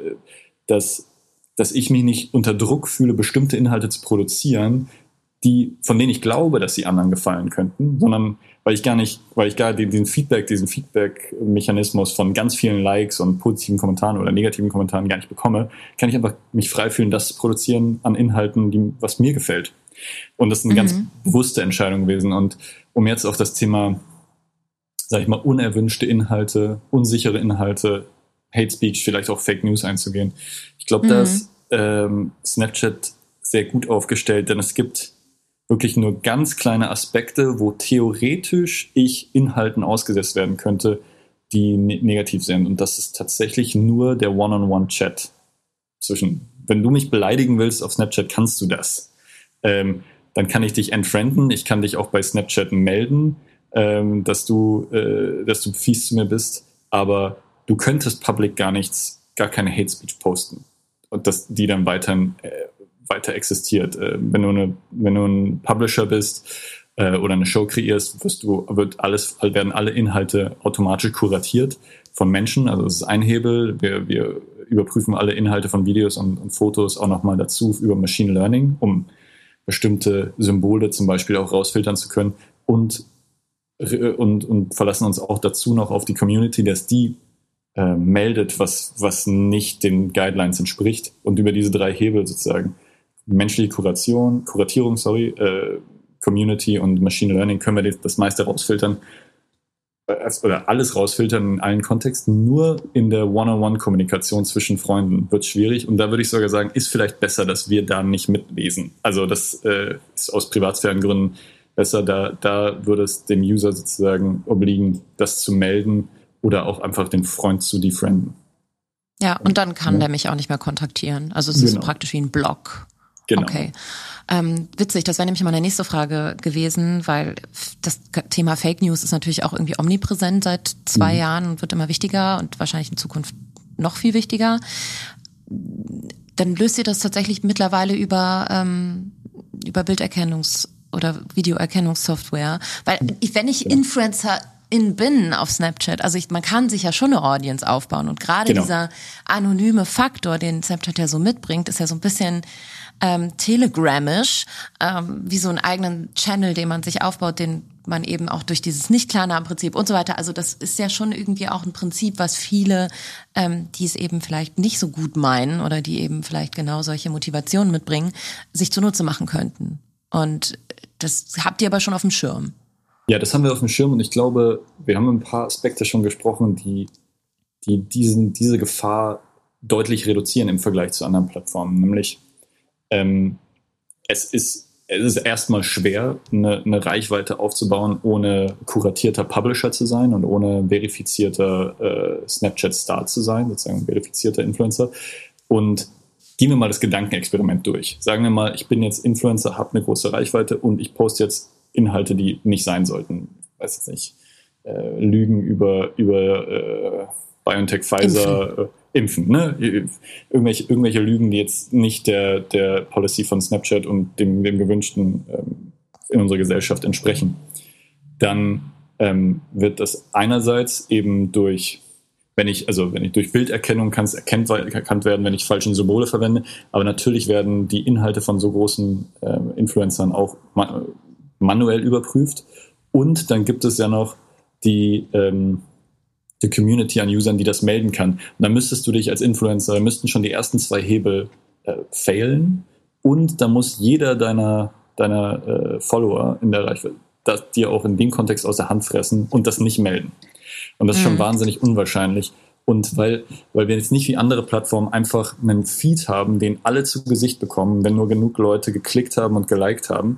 [SPEAKER 3] dass ich mich nicht unter Druck fühle, bestimmte Inhalte zu produzieren, von denen ich glaube, dass sie anderen gefallen könnten, sondern weil ich gar diesen Feedback-Mechanismus von ganz vielen Likes und positiven Kommentaren oder negativen Kommentaren gar nicht bekomme, kann ich einfach mich frei fühlen, das zu produzieren an Inhalten, was mir gefällt. Und das ist eine ganz bewusste Entscheidung gewesen. Und um jetzt auf das Thema, sag ich mal, unerwünschte Inhalte, unsichere Inhalte, Hate Speech, vielleicht auch Fake News einzugehen. Ich glaube, da ist Snapchat sehr gut aufgestellt, denn es gibt wirklich nur ganz kleine Aspekte, wo theoretisch ich Inhalten ausgesetzt werden könnte, die negativ sind. Und das ist tatsächlich nur der One-on-One-Chat wenn du mich beleidigen willst auf Snapchat, kannst du das. Dann kann ich dich entfrienden, ich kann dich auch bei Snapchat melden, dass du fies zu mir bist, aber du könntest public gar keine Hate Speech posten. Und dass die dann weiter existiert. Wenn du ein Publisher bist oder eine Show kreierst, werden alle Inhalte automatisch kuratiert von Menschen. Also es ist ein Hebel. Wir überprüfen alle Inhalte von Videos und Fotos auch nochmal dazu über Machine Learning, um bestimmte Symbole zum Beispiel auch rausfiltern zu können und verlassen uns auch dazu noch auf die Community, dass die meldet, was nicht den Guidelines entspricht. Und über diese 3 Hebel sozusagen menschliche Kuratierung, Community und Machine Learning können wir das meiste rausfiltern oder alles rausfiltern in allen Kontexten. Nur in der One-on-One-Kommunikation zwischen Freunden wird es schwierig und da würde ich sogar sagen, ist vielleicht besser, dass wir da nicht mitlesen. Also das ist aus Privatsphärengründen besser, da würde es dem User sozusagen obliegen, das zu melden oder auch einfach den Freund zu defrienden.
[SPEAKER 2] Ja, und dann kann der mich auch nicht mehr kontaktieren. Also es ist praktisch wie ein Block.
[SPEAKER 3] Genau.
[SPEAKER 2] Okay. Witzig, das wäre nämlich meine nächste Frage gewesen, weil das Thema Fake News ist natürlich auch irgendwie omnipräsent seit 2 Jahren und wird immer wichtiger und wahrscheinlich in Zukunft noch viel wichtiger. Dann löst ihr das tatsächlich mittlerweile über Bilderkennungs- oder Videoerkennungssoftware, weil wenn ich in Binnen auf Snapchat. Also man kann sich ja schon eine Audience aufbauen und gerade dieser anonyme Faktor, den Snapchat ja so mitbringt, ist ja so ein bisschen telegramisch, wie so einen eigenen Channel, den man sich aufbaut, den man eben auch durch dieses Nicht-Klarnamen-Prinzip und so weiter, also das ist ja schon irgendwie auch ein Prinzip, was viele, die es eben vielleicht nicht so gut meinen oder die eben vielleicht genau solche Motivationen mitbringen, sich zunutze machen könnten. Und das habt ihr aber schon auf dem Schirm.
[SPEAKER 3] Ja, das haben wir auf dem Schirm und ich glaube, wir haben ein paar Aspekte schon gesprochen, die diese Gefahr deutlich reduzieren im Vergleich zu anderen Plattformen. Nämlich, es ist erstmal schwer, eine Reichweite aufzubauen, ohne kuratierter Publisher zu sein und ohne verifizierter Snapchat-Star zu sein, sozusagen verifizierter Influencer. Und gehen wir mal das Gedankenexperiment durch. Sagen wir mal, ich bin jetzt Influencer, habe eine große Reichweite und ich poste jetzt Inhalte, die nicht sein sollten. Ich weiß jetzt nicht, Lügen über BioNTech, Pfizer, Impfen, ne? Irgendwelche Lügen, die jetzt nicht der Policy von Snapchat und dem Gewünschten in unserer Gesellschaft entsprechen. Dann wird das einerseits eben durch, wenn ich durch Bilderkennung kann es erkannt werden, wenn ich falsche Symbole verwende, aber natürlich werden die Inhalte von so großen Influencern auch manuell überprüft. Und dann gibt es ja noch die Community an Usern, die das melden kann. Und dann müsstest du dich als Influencer, müssten schon die ersten 2 Hebel failen und da muss jeder deiner Follower in der Reichweite das dir auch in dem Kontext aus der Hand fressen und das nicht melden. Und das ist schon wahnsinnig unwahrscheinlich. Und weil wir jetzt nicht wie andere Plattformen einfach einen Feed haben, den alle zu Gesicht bekommen, wenn nur genug Leute geklickt haben und geliked haben,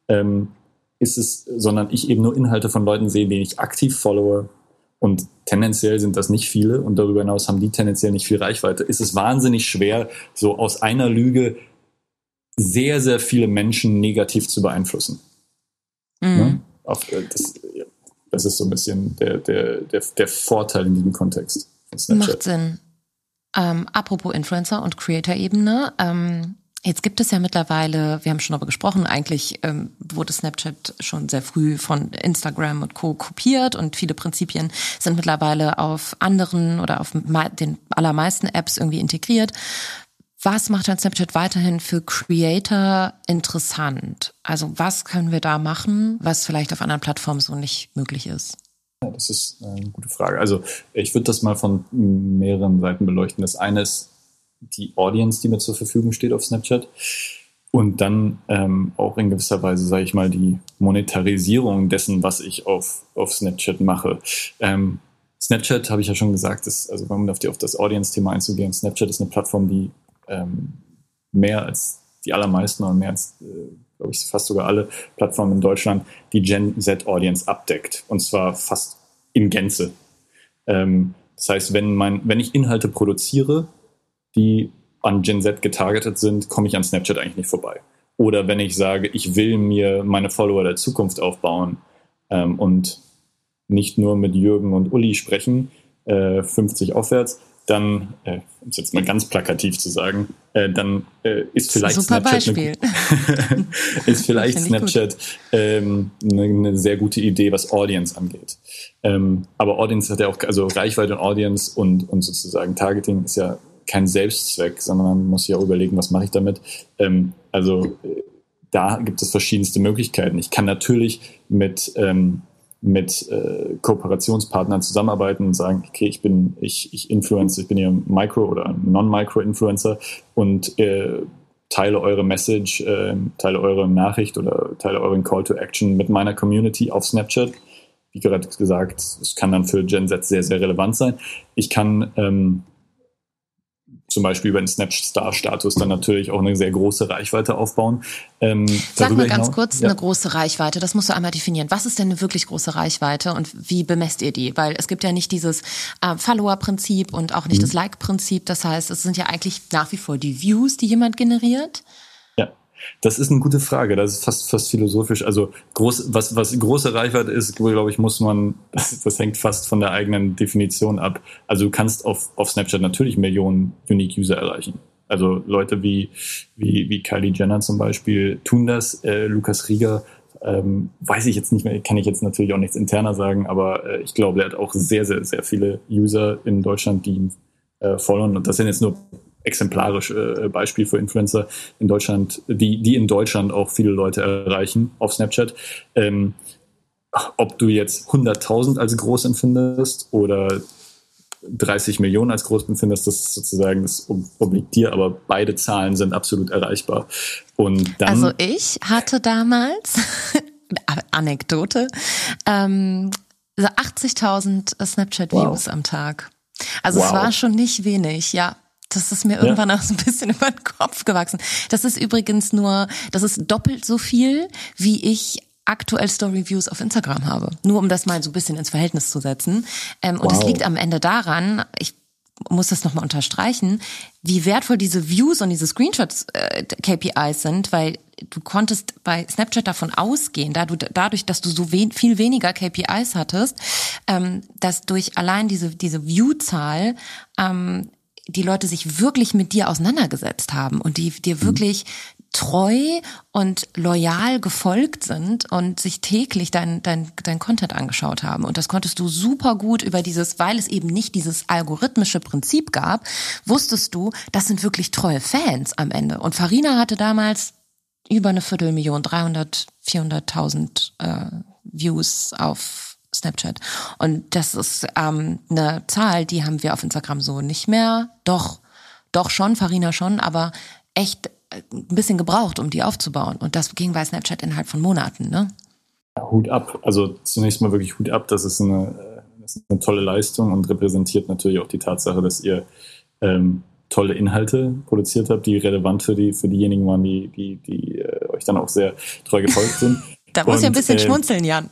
[SPEAKER 3] sondern ich eben nur Inhalte von Leuten sehe, denen ich aktiv followe. Und tendenziell sind das nicht viele und darüber hinaus haben die tendenziell nicht viel Reichweite. Ist es wahnsinnig schwer, so aus einer Lüge sehr, sehr viele Menschen negativ zu beeinflussen. Ne? Das ist so ein bisschen der Vorteil in diesem Kontext von Snapchat.
[SPEAKER 2] Macht Sinn. Apropos Influencer und Creator-Ebene, jetzt gibt es ja mittlerweile, wir haben schon darüber gesprochen, eigentlich wurde Snapchat schon sehr früh von Instagram und Co. kopiert und viele Prinzipien sind mittlerweile auf anderen oder auf den allermeisten Apps irgendwie integriert. Was macht dann Snapchat weiterhin für Creator interessant? Also was können wir da machen, was vielleicht auf anderen Plattformen so nicht möglich ist?
[SPEAKER 3] Ja, das ist eine gute Frage. Also ich würde das mal von mehreren Seiten beleuchten. Das eine ist die Audience, die mir zur Verfügung steht auf Snapchat. Und dann auch in gewisser Weise, sage ich mal, die Monetarisierung dessen, was ich auf Snapchat mache. Snapchat, habe ich ja schon gesagt, um auf das Audience-Thema einzugehen, Snapchat ist eine Plattform, die mehr als die allermeisten oder mehr als, glaube ich, fast sogar alle Plattformen in Deutschland die Gen Z-Audience abdeckt. Und zwar fast in Gänze. Das heißt, wenn ich Inhalte produziere, die an Gen Z getargetet sind, komme ich an Snapchat eigentlich nicht vorbei. Oder wenn ich sage, ich will mir meine Follower der Zukunft aufbauen und nicht nur mit Jürgen und Uli sprechen, 50 aufwärts, dann, um es jetzt mal ganz plakativ zu sagen, dann ist vielleicht Snapchat eine sehr gute Idee, was Audience angeht. Aber Audience hat ja auch, also Reichweite und Audience und sozusagen Targeting ist ja kein Selbstzweck, sondern man muss ja auch überlegen, was mache ich damit. Da gibt es verschiedenste Möglichkeiten. Ich kann natürlich mit Kooperationspartnern zusammenarbeiten und sagen, okay, ich bin hier Micro- oder Non-Micro-Influencer und teile eure Message, teile eure Nachricht oder teile euren Call to Action mit meiner Community auf Snapchat. Wie gerade gesagt, es kann dann für Gen Z sehr, sehr relevant sein. Ich kann zum Beispiel über den Snapchat-Star-Status dann natürlich auch eine sehr große Reichweite aufbauen.
[SPEAKER 2] Sag mal ganz kurz, eine große Reichweite, das musst du einmal definieren. Was ist denn eine wirklich große Reichweite und wie bemesst ihr die? Weil es gibt ja nicht dieses Follower-Prinzip und auch nicht das Like-Prinzip. Das heißt, es sind ja eigentlich nach wie vor die Views, die jemand generiert.
[SPEAKER 3] Ja, das ist eine gute Frage. Das ist fast philosophisch. Also was große Reichweite ist, glaube ich, das hängt fast von der eigenen Definition ab. Also du kannst auf Snapchat natürlich Millionen Unique-User erreichen. Also Leute wie Kylie Jenner zum Beispiel tun das. Lukas Rieger weiß ich jetzt nicht mehr, kann ich jetzt natürlich auch nichts interner sagen, aber ich glaube, der hat auch sehr, sehr, sehr viele User in Deutschland, die ihm folgen. Und das sind jetzt nur exemplarisch Beispiel für Influencer in Deutschland, die in Deutschland auch viele Leute erreichen auf Snapchat. Ob du jetzt 100.000 als groß empfindest oder 30 Millionen als groß empfindest, das sozusagen, das obliegt dir, aber beide Zahlen sind absolut erreichbar. Und dann,
[SPEAKER 2] also ich hatte damals, Anekdote, 80.000 Snapchat-Views am Tag. Also es war schon nicht wenig, ja. Das ist mir irgendwann auch so ein bisschen über den Kopf gewachsen. Das ist übrigens das ist doppelt so viel, wie ich aktuell Story-Views auf Instagram habe. Nur um das mal so ein bisschen ins Verhältnis zu setzen. Und es liegt am Ende daran, ich muss das nochmal unterstreichen, wie wertvoll diese Views und diese Screenshots KPIs sind, weil du konntest bei Snapchat davon ausgehen, dadurch, dass du so viel weniger KPIs hattest, dass durch allein diese View-Zahl die Leute sich wirklich mit dir auseinandergesetzt haben und die dir wirklich treu und loyal gefolgt sind und sich täglich dein Content angeschaut haben. Und das konntest du super gut über weil es eben nicht dieses algorithmische Prinzip gab, wusstest du, das sind wirklich treue Fans am Ende. Und Farina hatte damals über 250.000, 300.000, 400.000 Views auf Snapchat. Und das ist eine Zahl, die haben wir auf Instagram so nicht mehr. Doch schon, Farina schon, aber echt ein bisschen gebraucht, um die aufzubauen. Und das ging bei Snapchat innerhalb von Monaten, ne?
[SPEAKER 3] Hut ab. Also zunächst mal wirklich Hut ab. Das ist eine tolle Leistung und repräsentiert natürlich auch die Tatsache, dass ihr tolle Inhalte produziert habt, die relevant für diejenigen waren, die euch dann auch sehr treu gefolgt sind.
[SPEAKER 2] Da muss ich ein bisschen schmunzeln, Jan.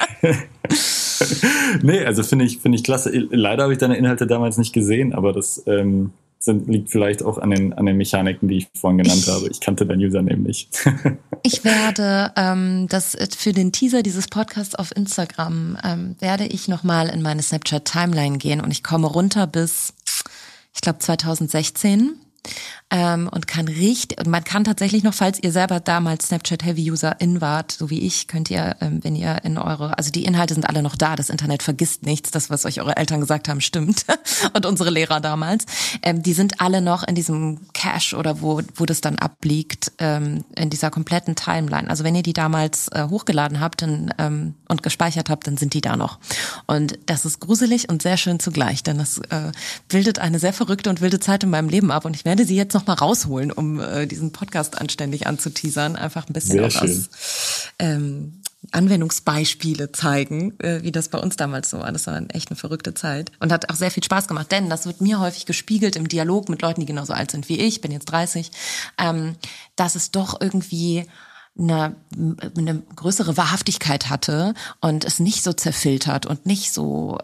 [SPEAKER 3] Nee, also finde ich klasse. Leider habe ich deine Inhalte damals nicht gesehen, aber das liegt vielleicht auch an den Mechaniken, die ich vorhin genannt habe. Ich kannte dein Username nicht.
[SPEAKER 2] Ich werde das für den Teaser dieses Podcasts auf Instagram werde ich nochmal in meine Snapchat-Timeline gehen und ich komme runter bis, ich glaube, 2016. Und man kann tatsächlich noch, falls ihr selber damals Snapchat-Heavy-User-in wart, so wie ich, könnt ihr, wenn ihr also die Inhalte sind alle noch da, das Internet vergisst nichts, das, was euch eure Eltern gesagt haben, stimmt. Und unsere Lehrer damals, die sind alle noch in diesem Cache oder wo das dann abliegt, in dieser kompletten Timeline. Also wenn ihr die damals hochgeladen habt und gespeichert habt, dann sind die da noch. Und das ist gruselig und sehr schön zugleich, denn das bildet eine sehr verrückte und wilde Zeit in meinem Leben ab und ich werde sie jetzt noch mal rausholen, um diesen Podcast anständig anzuteasern. Einfach ein bisschen auch aus Anwendungsbeispiele zeigen, wie das bei uns damals so war. Das war echt eine verrückte Zeit und hat auch sehr viel Spaß gemacht, denn das wird mir häufig gespiegelt im Dialog mit Leuten, die genauso alt sind wie ich, bin jetzt 30, dass es doch irgendwie eine größere Wahrhaftigkeit hatte und es nicht so zerfiltert und nicht so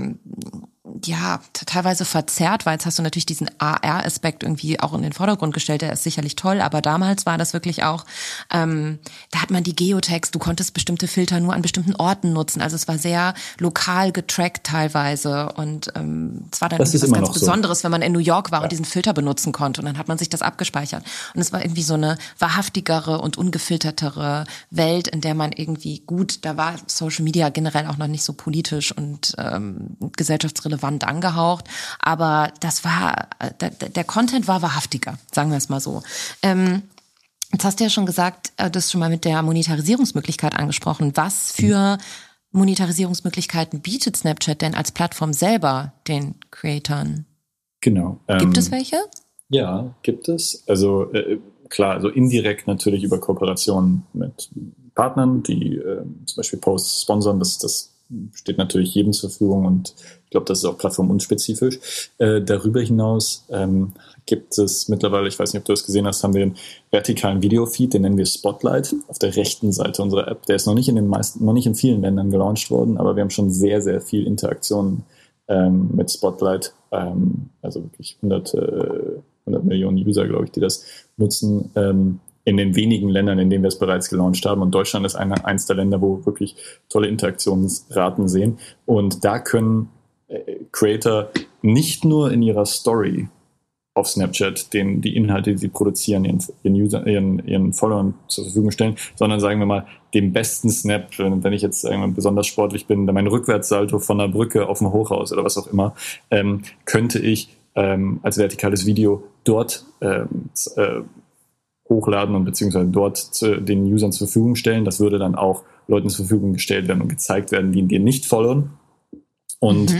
[SPEAKER 2] teilweise verzerrt, weil jetzt hast du natürlich diesen AR-Aspekt irgendwie auch in den Vordergrund gestellt, der ist sicherlich toll, aber damals war das wirklich auch, da hat man die Geotags, du konntest bestimmte Filter nur an bestimmten Orten nutzen, also es war sehr lokal getrackt teilweise und es war dann was ganz Besonderes, wenn man in New York war und diesen Filter benutzen konnte und dann hat man sich das abgespeichert und es war irgendwie so eine wahrhaftigere und ungefiltertere Welt, in der man irgendwie da war Social Media generell auch noch nicht so politisch und gesellschaftsrelevant angehaucht, aber der Content war wahrhaftiger, sagen wir es mal so. Jetzt hast du ja schon gesagt, das schon mal mit der Monetarisierungsmöglichkeit angesprochen. Was für Monetarisierungsmöglichkeiten bietet Snapchat denn als Plattform selber den Creatoren?
[SPEAKER 3] Genau.
[SPEAKER 2] Gibt es welche?
[SPEAKER 3] Ja, gibt es. Also klar, also indirekt natürlich über Kooperationen mit Partnern, die zum Beispiel Posts sponsern, das steht natürlich jedem zur Verfügung und ich glaube, das ist auch plattformunspezifisch. Darüber hinaus gibt es mittlerweile, ich weiß nicht, ob du das gesehen hast, haben wir den vertikalen Videofeed, den nennen wir Spotlight, auf der rechten Seite unserer App. Der ist noch nicht in vielen Ländern gelauncht worden, aber wir haben schon sehr, sehr viel Interaktion mit Spotlight. Also wirklich 100 Millionen User, glaube ich, die das nutzen. In den wenigen Ländern, in denen wir es bereits gelauncht haben. Und Deutschland ist eins der Länder, wo wirklich tolle Interaktionsraten sehen. Und da können Creator nicht nur in ihrer Story auf Snapchat, die Inhalte, die sie produzieren, ihren Followern zur Verfügung stellen, sondern sagen wir mal, dem besten Snap, wenn ich jetzt besonders sportlich bin, mein Rückwärtssalto von der Brücke auf dem Hochhaus oder was auch immer, könnte ich als vertikales Video dort hochladen und beziehungsweise dort den Usern zur Verfügung stellen. Das würde dann auch Leuten zur Verfügung gestellt werden und gezeigt werden, die dir nicht followen. Und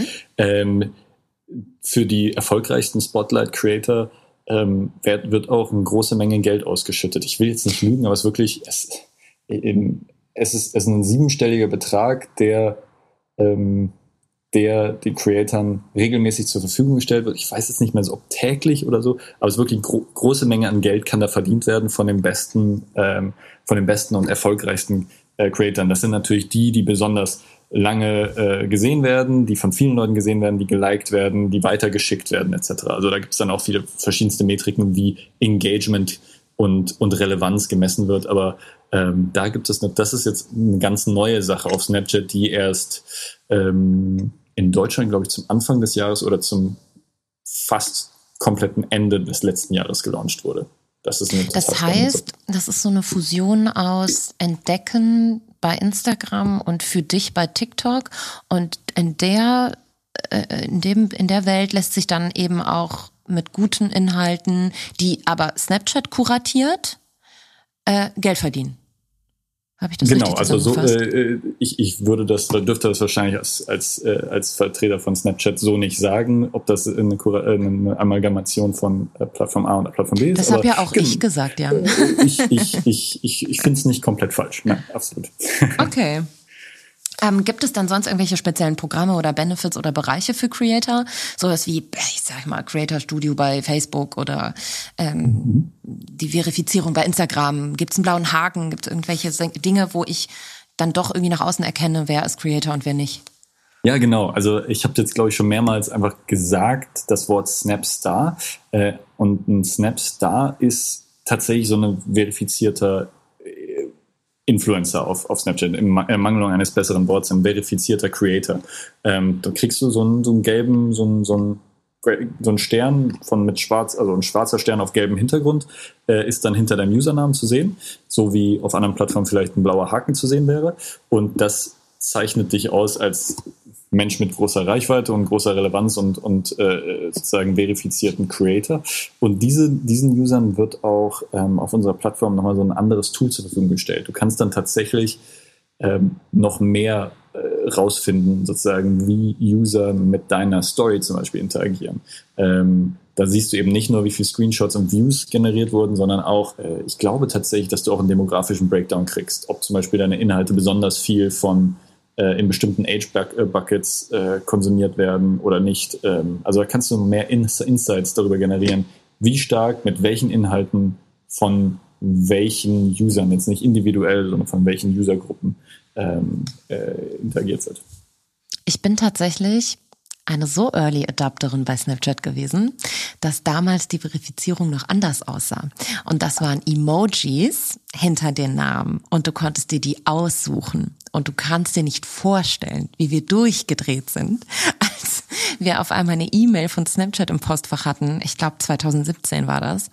[SPEAKER 3] für die erfolgreichsten Spotlight-Creator wird auch eine große Menge Geld ausgeschüttet. Ich will jetzt nicht lügen, aber es ist ein 7-stelliger Betrag, der den Creatoren regelmäßig zur Verfügung gestellt wird. Ich weiß jetzt nicht mehr so, ob täglich oder so, aber es ist wirklich eine große Menge an Geld kann da verdient werden von den besten und erfolgreichsten Creatoren. Das sind natürlich die besonders lange gesehen werden, die von vielen Leuten gesehen werden, die geliked werden, die weitergeschickt werden etc. Also da gibt es dann auch viele verschiedenste Metriken, wie Engagement und Relevanz gemessen wird. Aber da gibt es das ist jetzt eine ganz neue Sache auf Snapchat, die erst in Deutschland, glaube ich, zum Anfang des Jahres oder zum fast kompletten Ende des letzten Jahres gelauncht wurde. Das heißt,
[SPEAKER 2] das ist so eine Fusion aus Entdecken bei Instagram und für dich bei TikTok, und in der Welt lässt sich dann eben auch mit guten Inhalten, die aber Snapchat kuratiert, Geld verdienen. Habe ich das richtig zusammengefasst?
[SPEAKER 3] Ich dürfte das wahrscheinlich als Vertreter von Snapchat so nicht sagen, ob das eine Amalgamation von Plattform A und Plattform B ist.
[SPEAKER 2] Das habe ja auch ich gesagt, Jan.
[SPEAKER 3] Ich finde es nicht komplett falsch. Nein, absolut.
[SPEAKER 2] Okay. Gibt es dann sonst irgendwelche speziellen Programme oder Benefits oder Bereiche für Creator? Sowas wie, ich sag mal, Creator Studio bei Facebook oder die Verifizierung bei Instagram. Gibt es einen blauen Haken? Gibt es irgendwelche Dinge, wo ich dann doch irgendwie nach außen erkenne, wer ist Creator und wer nicht?
[SPEAKER 3] Ja, genau. Also ich habe jetzt, glaube ich, schon mehrmals einfach gesagt, das Wort Snapstar. Und ein Snapstar ist tatsächlich so ein verifizierter Influencer auf Snapchat, im Mangelung eines besseren Worts, ein verifizierter Creator. Da kriegst du so einen gelben, so einen Stern mit schwarz, also ein schwarzer Stern auf gelbem Hintergrund, ist dann hinter deinem Usernamen zu sehen, so wie auf anderen Plattformen vielleicht ein blauer Haken zu sehen wäre. Und das zeichnet dich aus als Mensch mit großer Reichweite und großer Relevanz und sozusagen verifizierten Creator. Und diesen Usern wird auch auf unserer Plattform nochmal so ein anderes Tool zur Verfügung gestellt. Du kannst dann tatsächlich noch mehr rausfinden, sozusagen, wie User mit deiner Story zum Beispiel interagieren. Da siehst du eben nicht nur, wie viele Screenshots und Views generiert wurden, sondern auch, ich glaube tatsächlich, dass du auch einen demografischen Breakdown kriegst, ob zum Beispiel deine Inhalte besonders viel von in bestimmten Age-Buckets konsumiert werden oder nicht. Also da kannst du mehr Insights darüber generieren, wie stark mit welchen Inhalten von welchen Usern, jetzt nicht individuell, sondern von welchen Usergruppen interagiert wird.
[SPEAKER 2] Ich bin tatsächlich eine so Early Adapterin bei Snapchat gewesen, dass damals die Verifizierung noch anders aussah. Und das waren Emojis hinter den Namen und du konntest dir die aussuchen. Und du kannst dir nicht vorstellen, wie wir durchgedreht sind, als wir auf einmal eine E-Mail von Snapchat im Postfach hatten. Ich glaube 2017 war das,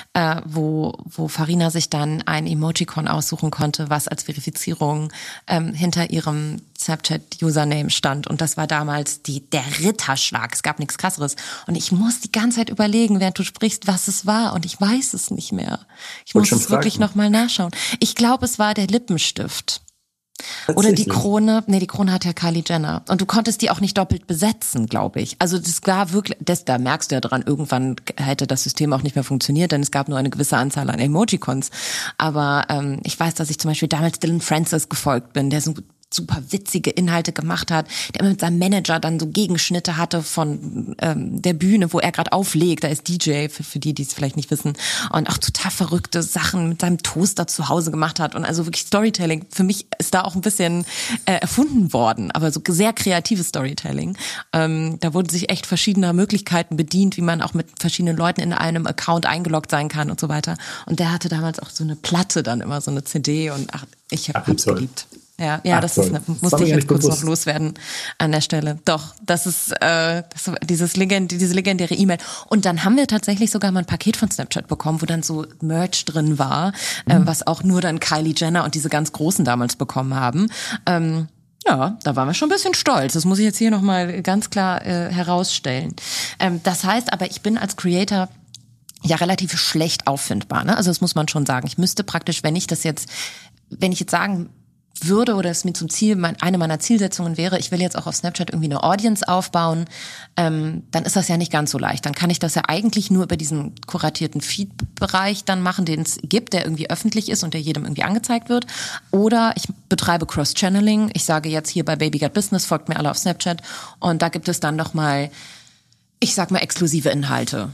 [SPEAKER 2] wo Farina sich dann ein Emojicon aussuchen konnte, was als Verifizierung hinter ihrem Snapchat-Username stand. Und das war damals der Ritterschlag. Es gab nichts Krasseres. Und ich muss die ganze Zeit überlegen, während du sprichst, was es war. Und ich weiß es nicht mehr. Ich muss es wirklich nochmal nachschauen. Ich glaube, es war der Lippenstift. Oder die Krone. Nee, die Krone hat ja Kylie Jenner. Und du konntest die auch nicht doppelt besetzen, glaube ich. Also das war wirklich, da merkst du ja dran, irgendwann hätte das System auch nicht mehr funktioniert, denn es gab nur eine gewisse Anzahl an Emojicons. Aber ich weiß, dass ich zum Beispiel damals Dylan Francis gefolgt bin, der so super witzige Inhalte gemacht hat, der immer mit seinem Manager dann so Gegenschnitte hatte von der Bühne, wo er gerade auflegt. Da ist DJ, für die es vielleicht nicht wissen. Und auch total verrückte Sachen mit seinem Toaster zu Hause gemacht hat. Und also wirklich Storytelling. Für mich ist da auch ein bisschen erfunden worden, aber so sehr kreatives Storytelling. Da wurden sich echt verschiedener Möglichkeiten bedient, wie man auch mit verschiedenen Leuten in einem Account eingeloggt sein kann und so weiter. Und der hatte damals auch so eine Platte dann immer, so eine CD. Und ich hab's geliebt. Ja, das
[SPEAKER 3] toll.
[SPEAKER 2] Musste ich jetzt kurz noch loswerden an der Stelle. Doch, das ist diese legendäre E-Mail. Und dann haben wir tatsächlich sogar mal ein Paket von Snapchat bekommen, wo dann so Merch drin war, was auch nur dann Kylie Jenner und diese ganz Großen damals bekommen haben. Ja, da waren wir schon ein bisschen stolz. Das muss ich jetzt hier nochmal ganz klar herausstellen. Das heißt aber, ich bin als Creator ja relativ schlecht auffindbar, ne? Also das muss man schon sagen. Ich müsste praktisch, wenn ich jetzt sagen würde oder es mir zum Ziel, eine meiner Zielsetzungen wäre, ich will jetzt auch auf Snapchat irgendwie eine Audience aufbauen, dann ist das ja nicht ganz so leicht. Dann kann ich das ja eigentlich nur über diesen kuratierten Feed-Bereich dann machen, den es gibt, der irgendwie öffentlich ist und der jedem irgendwie angezeigt wird. Oder ich betreibe Cross-Channeling. Ich sage jetzt hier bei Baby Got Business, folgt mir alle auf Snapchat und da gibt es dann nochmal, ich sag mal, exklusive Inhalte.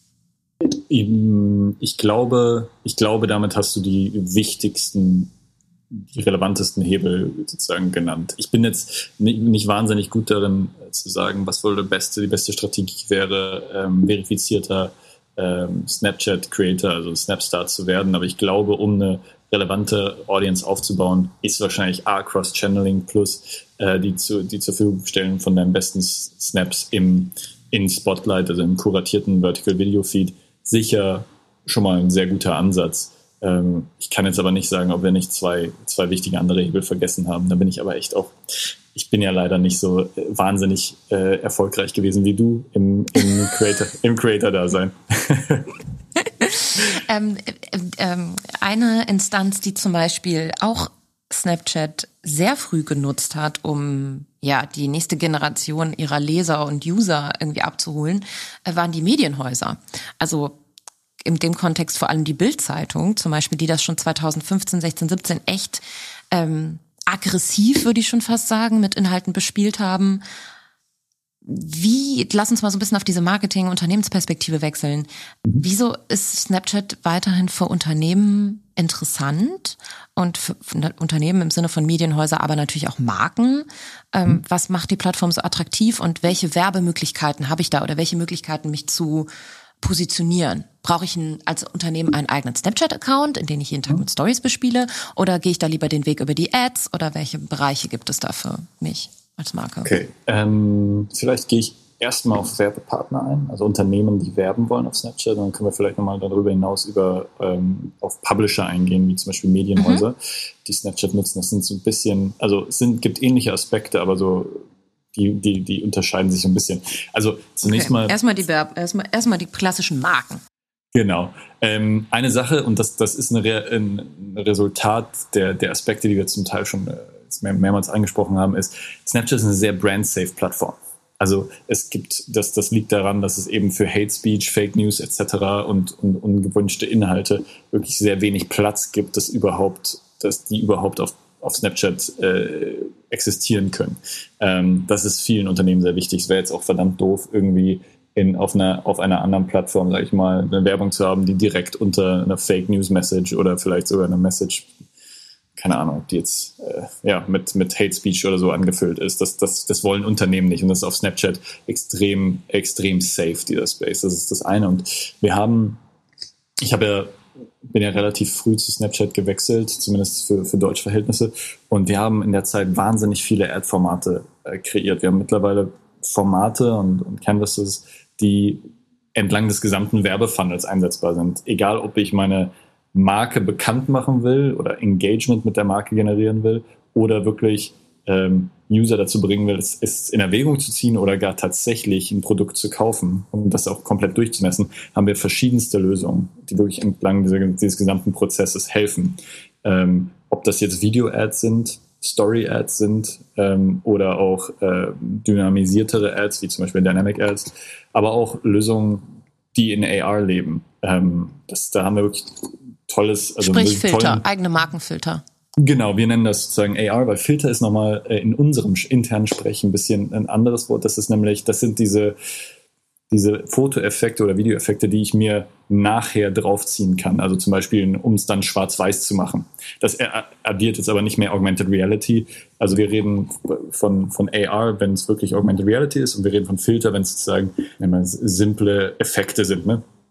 [SPEAKER 3] Ich glaube, damit hast du die relevantesten Hebel sozusagen genannt. Ich bin jetzt nicht wahnsinnig gut darin zu sagen, was wohl die beste Strategie wäre, verifizierter Snapchat-Creator, also Snapstar zu werden. Aber ich glaube, um eine relevante Audience aufzubauen, ist wahrscheinlich Cross-Channeling plus die zur Verfügung stellen von deinen besten Snaps in Spotlight, also im kuratierten Vertical Video Feed, sicher schon mal ein sehr guter Ansatz. Ich kann jetzt aber nicht sagen, ob wir nicht zwei wichtige andere Hebel vergessen haben. Da bin ich aber echt auch, ich bin ja leider nicht so wahnsinnig erfolgreich gewesen wie du im Creator-Dasein.
[SPEAKER 2] Eine Instanz, die zum Beispiel auch Snapchat sehr früh genutzt hat, um ja die nächste Generation ihrer Leser und User irgendwie abzuholen, waren die Medienhäuser. Also in dem Kontext vor allem die Bild-Zeitung zum Beispiel, die das schon 2015, 16, 17 echt aggressiv, würde ich schon fast sagen, mit Inhalten bespielt haben. Lass uns mal so ein bisschen auf diese Marketing-Unternehmensperspektive wechseln. Wieso ist Snapchat weiterhin für Unternehmen interessant und für Unternehmen im Sinne von Medienhäuser, aber natürlich auch Marken? Was macht die Plattform so attraktiv und welche Werbemöglichkeiten habe ich da oder welche Möglichkeiten, mich zu positionieren? Brauche ich als Unternehmen einen eigenen Snapchat-Account, in den ich jeden Tag mit Stories bespiele? Oder gehe ich da lieber den Weg über die Ads? Oder welche Bereiche gibt es da für mich als Marke?
[SPEAKER 3] Okay, vielleicht gehe ich erstmal auf Werbepartner ein, also Unternehmen, die werben wollen auf Snapchat. Dann können wir vielleicht nochmal darüber hinaus auf Publisher eingehen, wie zum Beispiel Medienhäuser, die Snapchat nutzen. Das sind so ein bisschen, also gibt ähnliche Aspekte, aber so die unterscheiden sich so ein bisschen. Also zunächst mal
[SPEAKER 2] erstmal die klassischen Marken.
[SPEAKER 3] Genau. Eine Sache, und das ist ein Resultat der Aspekte, die wir zum Teil schon mehrmals angesprochen haben, ist, Snapchat ist eine sehr brand-safe-Plattform. Also das liegt daran, dass es eben für Hate Speech, Fake News etc. und ungewünschte Inhalte wirklich sehr wenig Platz gibt, dass die überhaupt auf Snapchat existieren können. Das ist vielen Unternehmen sehr wichtig. Es wäre jetzt auch verdammt doof, irgendwie auf einer anderen Plattform, sage ich mal, eine Werbung zu haben, die direkt unter einer Fake News Message oder vielleicht sogar eine Message, keine Ahnung, die jetzt mit Hate Speech oder so angefüllt ist. Das wollen Unternehmen nicht und das ist auf Snapchat extrem, extrem safe, dieser Space. Das ist das eine. Und bin ja relativ früh zu Snapchat gewechselt, zumindest für deutsche Verhältnisse. Und wir haben in der Zeit wahnsinnig viele Ad-Formate kreiert. Wir haben mittlerweile Formate und Canvases, die entlang des gesamten Werbefunnels einsetzbar sind. Egal, ob ich meine Marke bekannt machen will oder Engagement mit der Marke generieren will oder wirklich User dazu bringen will, es in Erwägung zu ziehen oder gar tatsächlich ein Produkt zu kaufen, um das auch komplett durchzumessen, haben wir verschiedenste Lösungen, die wirklich entlang dieses gesamten Prozesses helfen. Ob das jetzt Video-Ads sind, Story-Ads sind oder auch dynamisiertere Ads, wie zum Beispiel Dynamic Ads, aber auch Lösungen, die in AR leben. Da haben wir wirklich tolles...
[SPEAKER 2] Sprich Filter, eigene Markenfilter.
[SPEAKER 3] Genau, wir nennen das sozusagen AR, weil Filter ist nochmal in unserem internen Sprechen ein bisschen ein anderes Wort. Das sind diese Fotoeffekte oder Videoeffekte, die ich mir nachher draufziehen kann. Also zum Beispiel, um es dann schwarz-weiß zu machen. Das addiert jetzt aber nicht mehr Augmented Reality. Also wir reden von AR, wenn es wirklich Augmented Reality ist, und wir reden von Filter, wenn es sozusagen simple Effekte sind. Ne?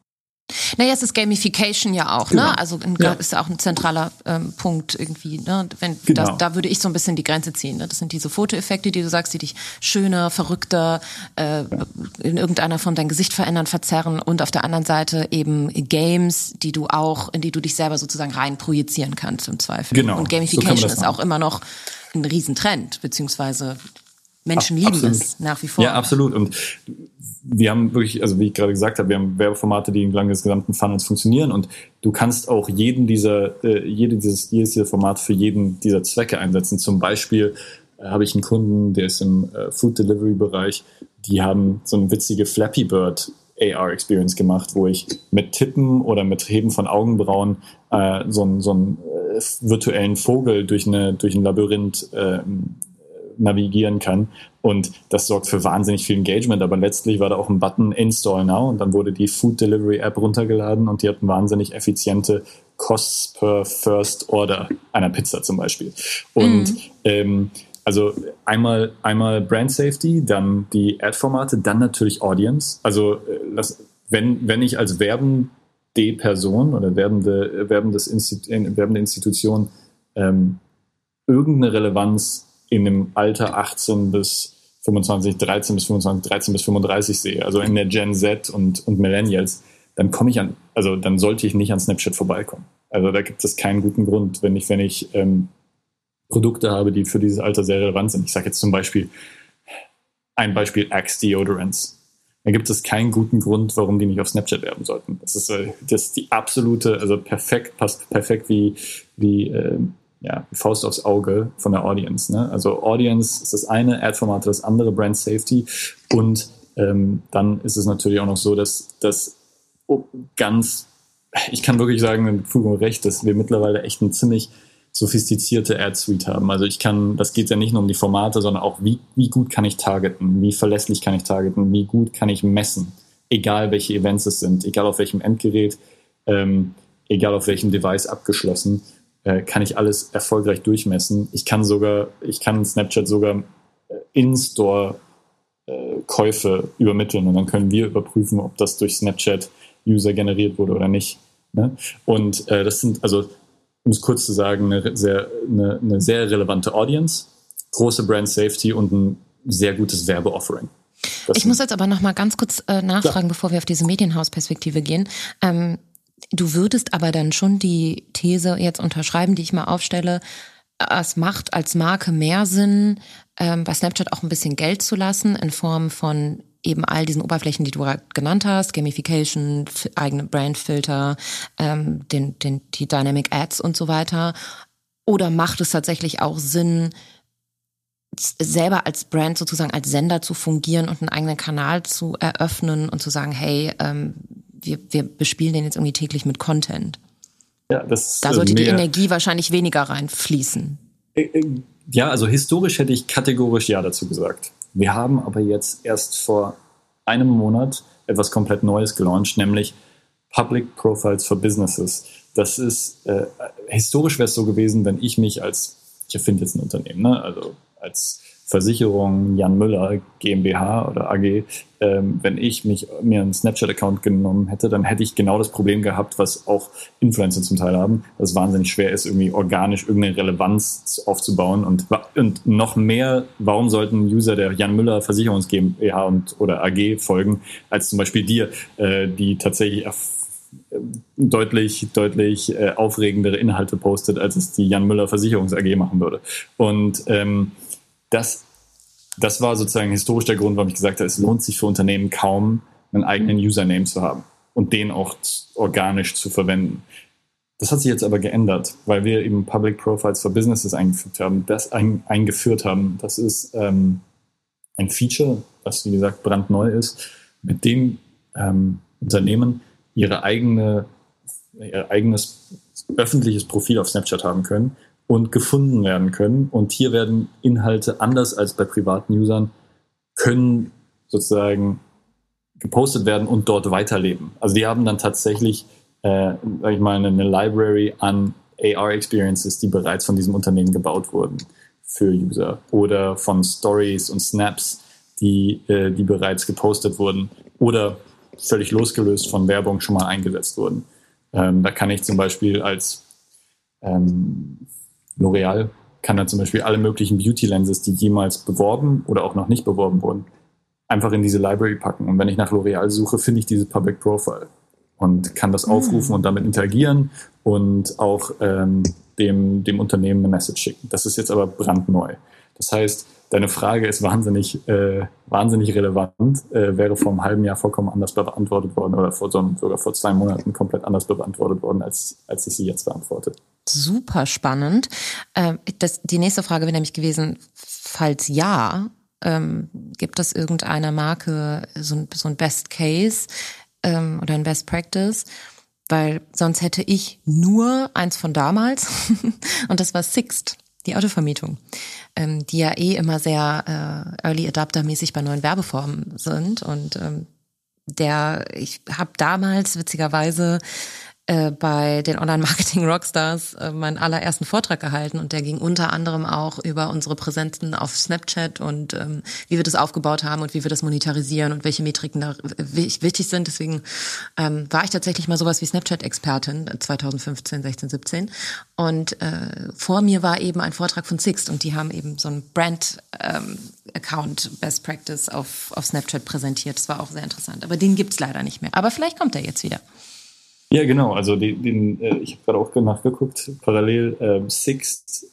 [SPEAKER 2] Naja, es ist Gamification ja auch,
[SPEAKER 3] genau.
[SPEAKER 2] ne? Also ist ja auch ein zentraler Punkt irgendwie, ne?
[SPEAKER 3] Genau.
[SPEAKER 2] Da würde ich so ein bisschen die Grenze ziehen. Ne? Das sind diese Fotoeffekte, die du sagst, die dich schöner, verrückter, in irgendeiner Form dein Gesicht verändern, verzerren und auf der anderen Seite eben Games, in die du dich selber sozusagen rein projizieren kannst im Zweifel.
[SPEAKER 3] Genau.
[SPEAKER 2] Und Gamification ist auch immer noch ein Riesentrend, beziehungsweise Menschen lieben es nach wie vor.
[SPEAKER 3] Ja, absolut. Und wir haben wirklich, also wie ich gerade gesagt habe, wir haben Werbeformate, die entlang des gesamten Funnels funktionieren und du kannst auch jedes dieser Formate für jeden dieser Zwecke einsetzen. Zum Beispiel habe ich einen Kunden, der ist im Food Delivery Bereich, die haben so eine witzige Flappy Bird AR Experience gemacht, wo ich mit Tippen oder mit Heben von Augenbrauen so einen virtuellen Vogel durch ein Labyrinth navigieren kann und das sorgt für wahnsinnig viel Engagement, aber letztlich war da auch ein Button Install Now und dann wurde die Food Delivery App runtergeladen und die hatten wahnsinnig effiziente Costs per First Order einer Pizza zum Beispiel. Und also einmal Brand Safety, dann die Ad-Formate, dann natürlich Audience. Also wenn ich als werbende Person oder werbende Institution irgendeine Relevanz in dem Alter 13 bis 25 sehe, also in der Gen Z und Millennials, dann dann sollte ich nicht an Snapchat vorbeikommen. Also da gibt es keinen guten Grund, wenn ich Produkte habe, die für dieses Alter sehr relevant sind. Ich sage jetzt zum Beispiel Axe Deodorants. Da gibt es keinen guten Grund, warum die nicht auf Snapchat werben sollten. Das ist die absolute, also passt perfekt wie Faust aufs Auge von der Audience. Ne? Also Audience ist das eine, Ad-Formate das andere, Brand Safety und dann ist es natürlich auch noch so, dass ich kann wirklich sagen, mit Fug und Recht, dass wir mittlerweile echt eine ziemlich sophistizierte Ad-Suite haben. Also das geht ja nicht nur um die Formate, sondern auch, wie gut kann ich targeten, wie verlässlich kann ich targeten, wie gut kann ich messen, egal welche Events es sind, egal auf welchem Endgerät, egal auf welchem Device abgeschlossen, kann ich alles erfolgreich durchmessen. Ich kann Snapchat sogar in-Store Käufe übermitteln und dann können wir überprüfen, ob das durch Snapchat-User generiert wurde oder nicht. Ne? Und das sind, also um es kurz zu sagen, eine sehr relevante Audience, große Brand Safety und ein sehr gutes Werbeoffering.
[SPEAKER 2] Ich muss jetzt aber noch mal ganz kurz nachfragen, bevor wir auf diese Medienhausperspektive gehen. Du würdest aber dann schon die These jetzt unterschreiben, die ich mal aufstelle, es macht als Marke mehr Sinn, bei Snapchat auch ein bisschen Geld zu lassen in Form von eben all diesen Oberflächen, die du gerade genannt hast, Gamification, eigene Brandfilter, die Dynamic Ads und so weiter. Oder macht es tatsächlich auch Sinn, selber als Brand sozusagen als Sender zu fungieren und einen eigenen Kanal zu eröffnen und zu sagen, hey, wir bespielen den jetzt irgendwie täglich mit Content.
[SPEAKER 3] Ja, da
[SPEAKER 2] sollte die Energie wahrscheinlich weniger reinfließen.
[SPEAKER 3] Ja, also historisch hätte ich kategorisch ja dazu gesagt. Wir haben aber jetzt erst vor einem Monat etwas komplett Neues gelauncht, nämlich Public Profiles for Businesses. Das ist, historisch wäre es so gewesen, wenn ich erfinde jetzt ein Unternehmen, ne? Also als Versicherung Jan Müller GmbH oder AG, wenn ich mir einen Snapchat-Account genommen hätte, dann hätte ich genau das Problem gehabt, was auch Influencer zum Teil haben, dass es wahnsinnig schwer ist, irgendwie organisch irgendeine Relevanz aufzubauen und noch mehr, warum sollten User der Jan Müller Versicherungs GmbH oder AG folgen, als zum Beispiel dir, die tatsächlich deutlich aufregendere Inhalte postet, als es die Jan Müller Versicherungs AG machen würde. Und das war sozusagen historisch der Grund, warum ich gesagt habe, es lohnt sich für Unternehmen kaum, einen eigenen Username zu haben und den auch organisch zu verwenden. Das hat sich jetzt aber geändert, weil wir eben Public Profiles for Businesses eingeführt haben. Das ist ein Feature, das wie gesagt brandneu ist, mit dem Unternehmen ihr eigenes öffentliches Profil auf Snapchat haben können und gefunden werden können. Und hier werden Inhalte anders als bei privaten Usern können sozusagen gepostet werden und dort weiterleben. Also die haben dann tatsächlich, sag ich mal, eine Library an AR-Experiences, die bereits von diesem Unternehmen gebaut wurden für User oder von Stories und Snaps, die bereits gepostet wurden oder völlig losgelöst von Werbung schon mal eingesetzt wurden. Da kann ich zum Beispiel als L'Oreal kann da zum Beispiel alle möglichen Beauty-Lenses, die jemals beworben oder auch noch nicht beworben wurden, einfach in diese Library packen. Und wenn ich nach L'Oreal suche, finde ich diese Public Profile und kann das aufrufen und damit interagieren und auch dem Unternehmen eine Message schicken. Das ist jetzt aber brandneu. Das heißt, deine Frage ist wahnsinnig relevant, wäre vor einem halben Jahr vollkommen anders beantwortet worden oder sogar vor 2 Monaten komplett anders beantwortet worden, als ich sie jetzt beantworte.
[SPEAKER 2] Super spannend. Die nächste Frage wäre nämlich gewesen, falls ja, gibt es irgendeiner Marke so ein Best Case oder ein Best Practice? Weil sonst hätte ich nur eins von damals und das war Sixt, die Autovermietung, die ja immer sehr Early Adapter-mäßig bei neuen Werbeformen sind. Und ich habe damals witzigerweise bei den Online-Marketing-Rockstars meinen allerersten Vortrag gehalten und der ging unter anderem auch über unsere Präsenzen auf Snapchat und wie wir das aufgebaut haben und wie wir das monetarisieren und welche Metriken da wichtig sind. Deswegen war ich tatsächlich mal sowas wie Snapchat-Expertin 2015, 16, 17 und vor mir war eben ein Vortrag von Sixt und die haben eben so einen Brand-Account Best Practice auf Snapchat präsentiert. Das war auch sehr interessant, aber den gibt's leider nicht mehr. Aber vielleicht kommt der jetzt wieder.
[SPEAKER 3] Ja, genau. Also ich habe gerade auch nachgeguckt. Parallel Sixt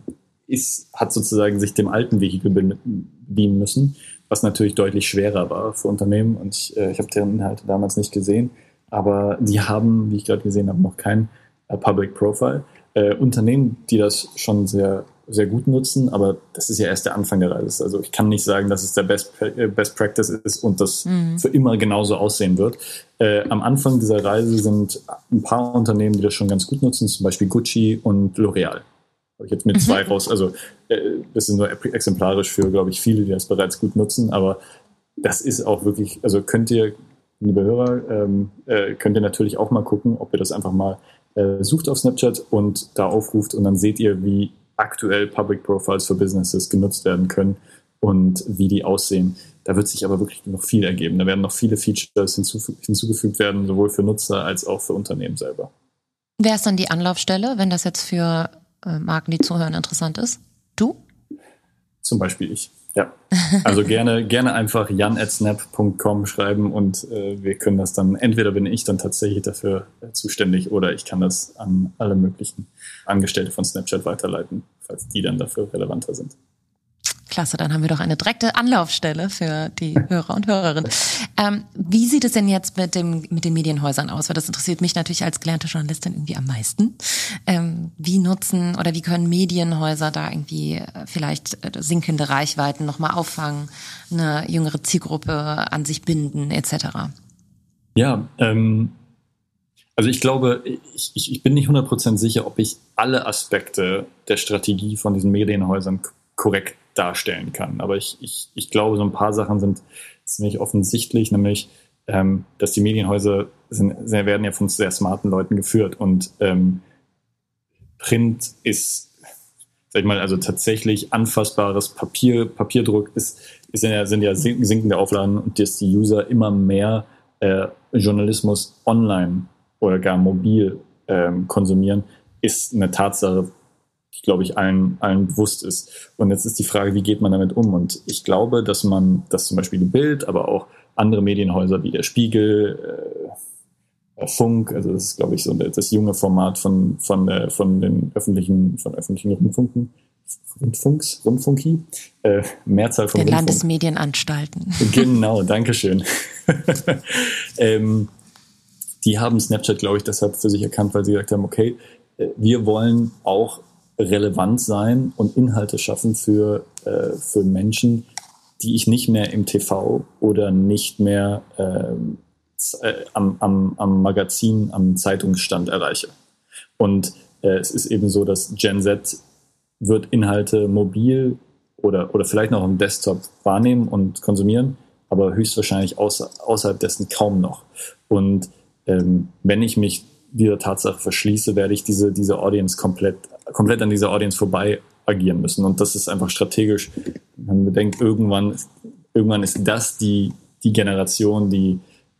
[SPEAKER 3] hat sozusagen sich dem alten Vehikel bedienen müssen, was natürlich deutlich schwerer war für Unternehmen. Und ich habe deren Inhalte damals nicht gesehen. Aber die haben, wie ich gerade gesehen habe, noch kein Public Profile. Unternehmen, die das schon sehr, sehr gut nutzen, aber das ist ja erst der Anfang der Reise. Also ich kann nicht sagen, dass es der Best Practice ist und das für immer genauso aussehen wird. Am Anfang dieser Reise sind ein paar Unternehmen, die das schon ganz gut nutzen, zum Beispiel Gucci und L'Oreal. Habe ich jetzt mit 2 raus. Also das ist nur exemplarisch für, glaube ich, viele, die das bereits gut nutzen, aber das ist auch wirklich, also könnt ihr, liebe Hörer, könnt ihr natürlich auch mal gucken, ob ihr das einfach mal sucht auf Snapchat und da aufruft und dann seht ihr, wie aktuell Public Profiles für Businesses genutzt werden können und wie die aussehen. Da wird sich aber wirklich noch viel ergeben. Da werden noch viele Features hinzugefügt werden, sowohl für Nutzer als auch für Unternehmen selber.
[SPEAKER 2] Wer ist dann die Anlaufstelle, wenn das jetzt für Marken, die zuhören, interessant ist? Du?
[SPEAKER 3] Zum Beispiel ich. Ja, also gerne einfach jan@snap.com schreiben und wir können das dann, entweder bin ich dann tatsächlich dafür zuständig oder ich kann das an alle möglichen Angestellte von Snapchat weiterleiten, falls die dann dafür relevanter sind.
[SPEAKER 2] Klasse, dann haben wir doch eine direkte Anlaufstelle für die Hörer und Hörerinnen. Wie sieht es denn jetzt mit den Medienhäusern aus? Weil das interessiert mich natürlich als gelernte Journalistin irgendwie am meisten. Wie können Medienhäuser da irgendwie vielleicht sinkende Reichweiten nochmal auffangen, eine jüngere Zielgruppe an sich binden etc.?
[SPEAKER 3] Ja, also ich glaube, ich bin nicht 100% sicher, ob ich alle Aspekte der Strategie von diesen Medienhäusern korrekt darstellen kann. Aber ich glaube, so ein paar Sachen sind ziemlich offensichtlich, nämlich, dass die Medienhäuser werden ja von sehr smarten Leuten geführt und Print ist, sag ich mal, also tatsächlich anfassbares Papierdruck sind ja sinkende Auflagen und dass die User immer mehr Journalismus online oder gar mobil konsumieren, ist eine Tatsache, die, glaube ich, allen bewusst ist. Und jetzt ist die Frage, wie geht man damit um? Und ich glaube, dass zum Beispiel die Bild, aber auch andere Medienhäuser wie der Spiegel, Funk, also das ist, glaube ich, so das junge Format von den öffentlichen Rundfunki, Mehrzahl von
[SPEAKER 2] der Landesmedienanstalten.
[SPEAKER 3] Genau, dankeschön. Die haben Snapchat, glaube ich, deshalb für sich erkannt, weil sie gesagt haben, okay, wir wollen auch relevant sein und Inhalte schaffen für Menschen, die ich nicht mehr im TV oder nicht mehr am Magazin, am Zeitungsstand erreiche. Und es ist eben so, dass Gen Z wird Inhalte mobil oder vielleicht noch am Desktop wahrnehmen und konsumieren, aber höchstwahrscheinlich außerhalb dessen kaum noch. Und wenn ich mich dieser Tatsache verschließe, werde ich diese Audience komplett an dieser Audience vorbei agieren müssen. Und das ist einfach strategisch. Man bedenkt, irgendwann ist das die Generation, die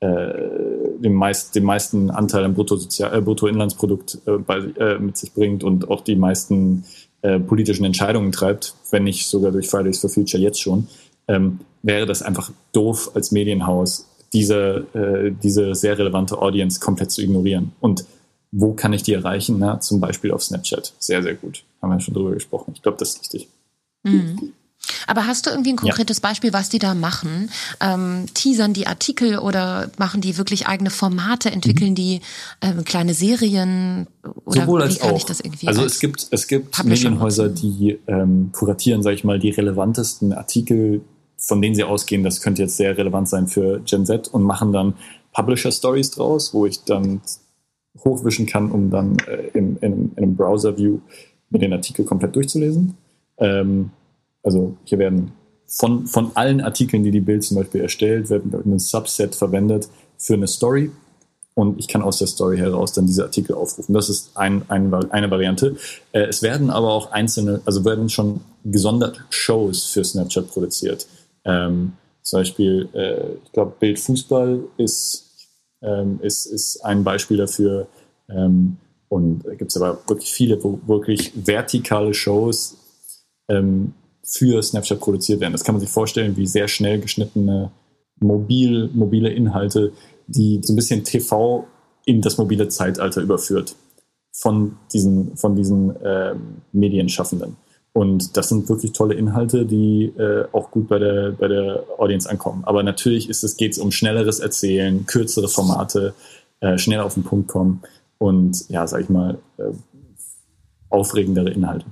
[SPEAKER 3] den meisten Anteil am Bruttoinlandsprodukt mit sich bringt und auch die meisten politischen Entscheidungen treibt, wenn nicht sogar durch Fridays for Future jetzt schon, wäre das einfach doof als Medienhaus, diese sehr relevante Audience komplett zu ignorieren. Und wo kann ich die erreichen? Na, zum Beispiel auf Snapchat. Sehr, sehr gut. Haben wir schon drüber gesprochen. Ich glaube, das ist richtig.
[SPEAKER 2] Mhm. Aber hast du irgendwie ein konkretes Beispiel, was die da machen? Teasern die Artikel oder machen die wirklich eigene Formate? Entwickeln die kleine Serien? Oder
[SPEAKER 3] sowohl
[SPEAKER 2] wie
[SPEAKER 3] als
[SPEAKER 2] kann
[SPEAKER 3] auch.
[SPEAKER 2] ich das irgendwie?
[SPEAKER 3] Also es gibt Medienhäuser, die kuratieren, sage ich mal, die relevantesten Artikel, von denen sie ausgehen, das könnte jetzt sehr relevant sein für Gen Z, und machen dann Publisher-Stories draus, wo ich dann hochwischen kann, um dann in einem Browser-View mir den Artikel komplett durchzulesen. Also hier werden von allen Artikeln, die Bild zum Beispiel erstellt, wird ein Subset verwendet für eine Story, und ich kann aus der Story heraus dann diese Artikel aufrufen. Das ist eine Variante. Es werden aber auch werden schon gesondert Shows für Snapchat produziert. Zum Beispiel, ich glaube, Bild Fußball ist ein Beispiel dafür. Und da gibt es aber wirklich viele, wo wirklich vertikale Shows für Snapchat produziert werden. Das kann man sich vorstellen, wie sehr schnell geschnittene mobile Inhalte, die so ein bisschen TV in das mobile Zeitalter überführt von diesen Medienschaffenden. Und das sind wirklich tolle Inhalte, die auch gut bei der Audience ankommen. Aber natürlich geht es um schnelleres Erzählen, kürzere Formate, schnell auf den Punkt kommen und, ja, sag ich mal, aufregendere Inhalte.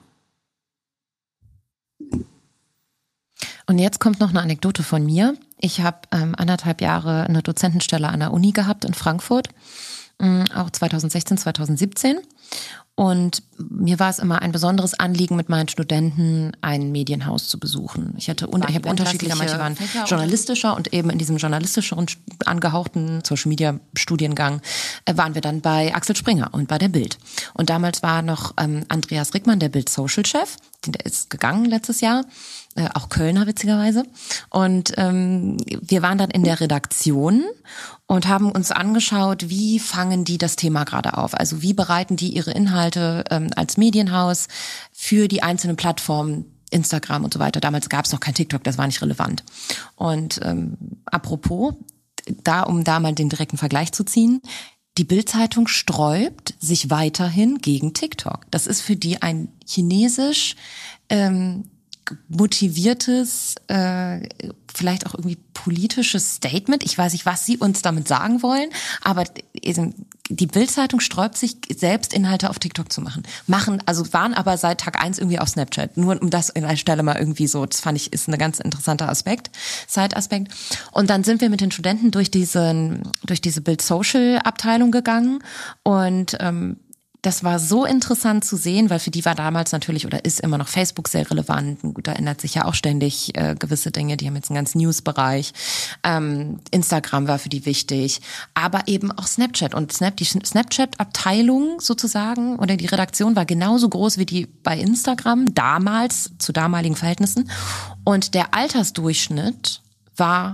[SPEAKER 2] Und jetzt kommt noch eine Anekdote von mir. Ich habe 1,5 Jahre eine Dozentenstelle an der Uni gehabt in Frankfurt, auch 2016, 2017. Und mir war es immer ein besonderes Anliegen, mit meinen Studenten ein Medienhaus zu besuchen. Ich habe unterschiedliche, manche waren journalistischer, und eben in diesem journalistischeren angehauchten Social-Media-Studiengang waren wir dann bei Axel Springer und bei der Bild. Und damals war noch Andreas Rickmann, der Bild-Social-Chef, der ist gegangen letztes Jahr, auch Kölner witzigerweise. Und wir waren dann in der Redaktion und haben uns angeschaut, wie fangen die das Thema gerade auf? Also wie bereiten die ihre Inhalte als Medienhaus für die einzelnen Plattformen, Instagram und so weiter. Damals gab es noch kein TikTok, das war nicht relevant. Und apropos, um da mal den direkten Vergleich zu ziehen, die Bild-Zeitung sträubt sich weiterhin gegen TikTok. Das ist für die ein chinesisch motiviertes, vielleicht auch irgendwie politisches Statement. Ich weiß nicht, was sie uns damit sagen wollen, aber die Bild-Zeitung sträubt sich, selbst Inhalte auf TikTok zu machen. Waren aber seit Tag 1 irgendwie auf Snapchat. Nur um das in einer Stelle mal irgendwie so, das fand ich, ist ein ganz interessanter Side-Aspekt. Und dann sind wir mit den Studenten durch diese Bild-Social-Abteilung gegangen, und das war so interessant zu sehen, weil für die war damals natürlich oder ist immer noch Facebook sehr relevant. Gut, da ändert sich ja auch ständig gewisse Dinge. Die haben jetzt einen ganzen News-Bereich. Instagram war für die wichtig, aber eben auch Snapchat. Und die Snapchat-Abteilung sozusagen oder die Redaktion war genauso groß wie die bei Instagram damals, zu damaligen Verhältnissen. Und der Altersdurchschnitt war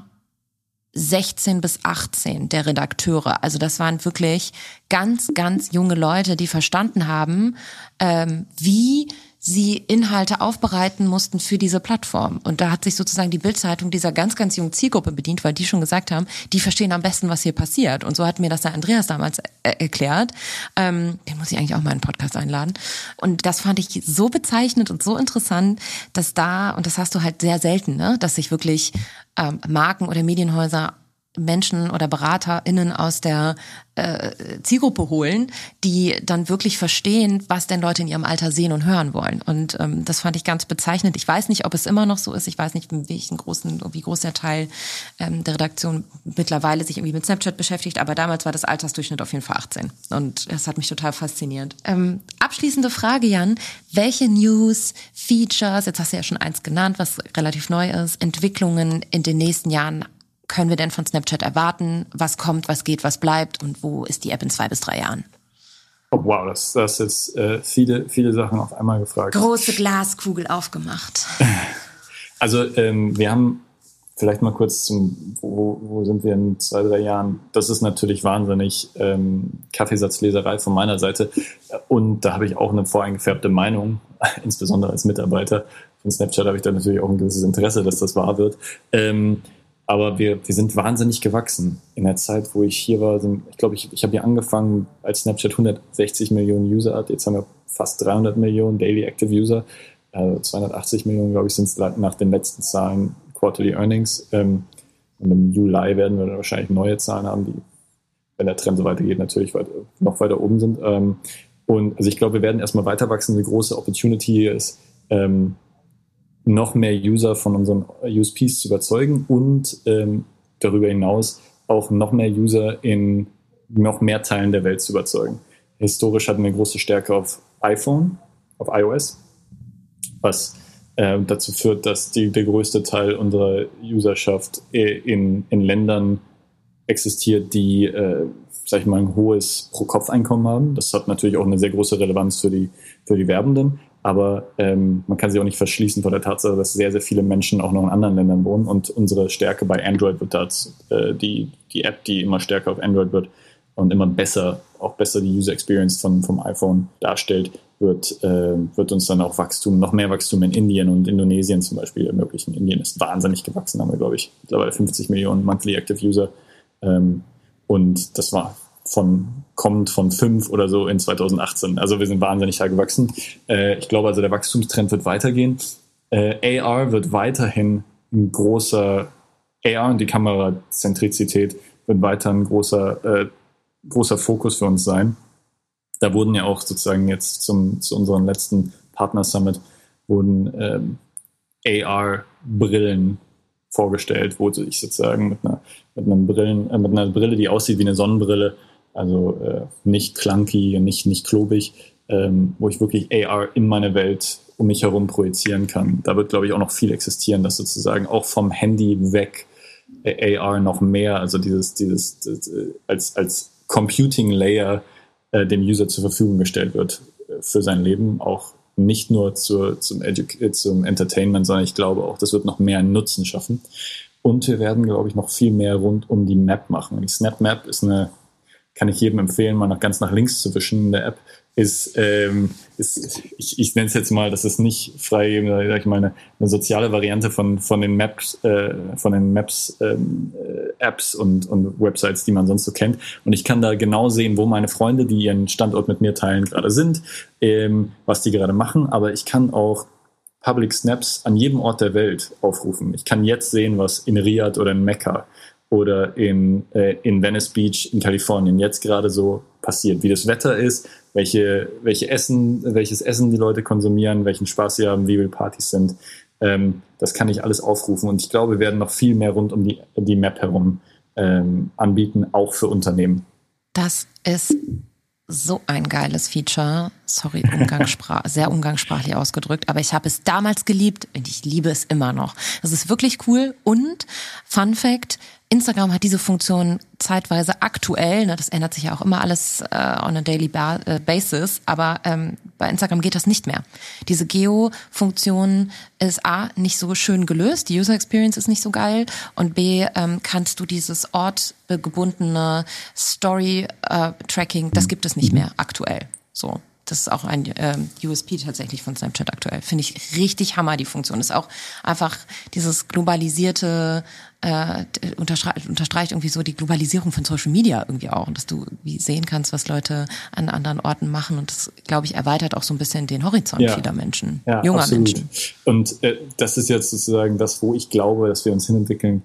[SPEAKER 2] 16 bis 18 der Redakteure. Also das waren wirklich ganz, ganz junge Leute, die verstanden haben, wie sie Inhalte aufbereiten mussten für diese Plattform. Und da hat sich sozusagen die Bild-Zeitung dieser ganz, ganz jungen Zielgruppe bedient, weil die schon gesagt haben, die verstehen am besten, was hier passiert. Und so hat mir das der Andreas damals erklärt. Den muss ich eigentlich auch mal in einen Podcast einladen. Und das fand ich so bezeichnend und so interessant, dass und das hast du halt sehr selten, ne, dass sich wirklich Marken oder Medienhäuser Menschen oder BeraterInnen aus der Zielgruppe holen, die dann wirklich verstehen, was denn Leute in ihrem Alter sehen und hören wollen. Und das fand ich ganz bezeichnend. Ich weiß nicht, ob es immer noch so ist. Ich weiß nicht, wie groß der Teil der Redaktion mittlerweile sich irgendwie mit Snapchat beschäftigt. Aber damals war das Altersdurchschnitt auf jeden Fall 18. Und das hat mich total fasziniert. Abschließende Frage, Jan. Welche News, Features, jetzt hast du ja schon eins genannt, was relativ neu ist, Entwicklungen in den nächsten Jahren können wir denn von Snapchat erwarten? Was kommt, was geht, was bleibt, und wo ist die App in 2 bis 3 Jahren?
[SPEAKER 3] Oh, wow, das ist jetzt viele Sachen auf einmal gefragt.
[SPEAKER 2] Große Glaskugel aufgemacht.
[SPEAKER 3] Also wir haben vielleicht mal kurz wo sind wir in 2-3 Jahren? Das ist natürlich wahnsinnig Kaffeesatzleserei von meiner Seite. Und da habe ich auch eine voreingefärbte Meinung, insbesondere als Mitarbeiter von Snapchat habe ich da natürlich auch ein gewisses Interesse, dass das wahr wird. Aber wir sind wahnsinnig gewachsen. In der Zeit, wo ich hier war, ich habe hier angefangen, als Snapchat 160 Millionen User hat. Jetzt haben wir fast 300 Millionen Daily Active User. 280 Millionen, glaube ich, sind es nach den letzten Zahlen Quarterly Earnings. Und im Juli werden wir wahrscheinlich neue Zahlen haben, die, wenn der Trend so weitergeht, natürlich noch weiter oben sind. Und also ich glaube, wir werden erstmal weiter wachsen. Eine große Opportunity hier ist, noch mehr User von unseren USPs zu überzeugen und darüber hinaus auch noch mehr User in noch mehr Teilen der Welt zu überzeugen. Historisch hatten wir große Stärke auf iPhone, auf iOS, was dazu führt, dass der größte Teil unserer Userschaft in Ländern existiert, die, sag ich mal, ein hohes Pro-Kopf-Einkommen haben. Das hat natürlich auch eine sehr große Relevanz für die Werbenden. Aber man kann sich auch nicht verschließen vor der Tatsache, dass sehr, sehr viele Menschen auch noch in anderen Ländern wohnen. Und unsere Stärke bei Android wird die App, die immer stärker auf Android wird und immer besser die User Experience vom iPhone darstellt, wird uns dann auch noch mehr Wachstum in Indien und Indonesien zum Beispiel ermöglichen. Indien ist wahnsinnig gewachsen, haben wir, glaube ich, mittlerweile 50 Millionen Monthly Active User. Und das kommt von 5 oder so in 2018. Also wir sind wahnsinnig stark gewachsen. Ich glaube also, der Wachstumstrend wird weitergehen. AR wird weiterhin ein großer, AR und die Kamerazentrizität wird weiter ein großer Fokus für uns sein. Da wurden ja auch sozusagen jetzt zu unserem letzten Partner-Summit wurden AR-Brillen vorgestellt, wo ich sozusagen mit einer Brille, die aussieht wie eine Sonnenbrille, also nicht clunky und nicht klobig, wo ich wirklich AR in meine Welt um mich herum projizieren kann. Da wird, glaube ich, auch noch viel existieren, dass sozusagen auch vom Handy weg AR noch mehr, also dieses als Computing Layer dem User zur Verfügung gestellt wird für sein Leben, auch nicht nur zum Entertainment, sondern ich glaube auch, das wird noch mehr Nutzen schaffen. Und wir werden, glaube ich, noch viel mehr rund um die Map machen. Die Snap Map kann ich jedem empfehlen, mal ganz nach links zu wischen in der App, ich nenne es jetzt mal, das ist nicht freigegeben, sag ich mal, eine soziale Variante von den Maps, Apps und Websites, die man sonst so kennt. Und ich kann da genau sehen, wo meine Freunde, die ihren Standort mit mir teilen, gerade sind, was die gerade machen. Aber ich kann auch Public Snaps an jedem Ort der Welt aufrufen. Ich kann jetzt sehen, was in Riyadh oder in Mekka oder in Venice Beach in Kalifornien jetzt gerade so passiert, wie das Wetter ist, welches Essen die Leute konsumieren, welchen Spaß sie haben, wie viele Partys sind. Das kann ich alles aufrufen und ich glaube, wir werden noch viel mehr rund um die Map herum anbieten, auch für Unternehmen.
[SPEAKER 2] Das ist so ein geiles Feature. Sorry, sehr umgangssprachlich ausgedrückt, aber ich habe es damals geliebt und ich liebe es immer noch. Das ist wirklich cool und Fun Fact, Instagram hat diese Funktion zeitweise aktuell, das ändert sich ja auch immer alles on a daily basis, aber bei Instagram geht das nicht mehr. Diese Geo-Funktion ist A, nicht so schön gelöst, die User Experience ist nicht so geil und B, kannst du dieses ortgebundene Story-Tracking, das gibt es nicht mehr aktuell. So. Das ist auch ein USP tatsächlich von Snapchat aktuell. Finde ich richtig Hammer, die Funktion. Ist auch einfach dieses globalisierte, unterstreicht irgendwie so die Globalisierung von Social Media irgendwie auch. Und dass du wie sehen kannst, was Leute an anderen Orten machen. Und das, glaube ich, erweitert auch so ein bisschen den Horizont vieler Menschen, junger
[SPEAKER 3] absolut.
[SPEAKER 2] Menschen.
[SPEAKER 3] Und das ist jetzt sozusagen das, wo ich glaube, dass wir uns hinentwickeln.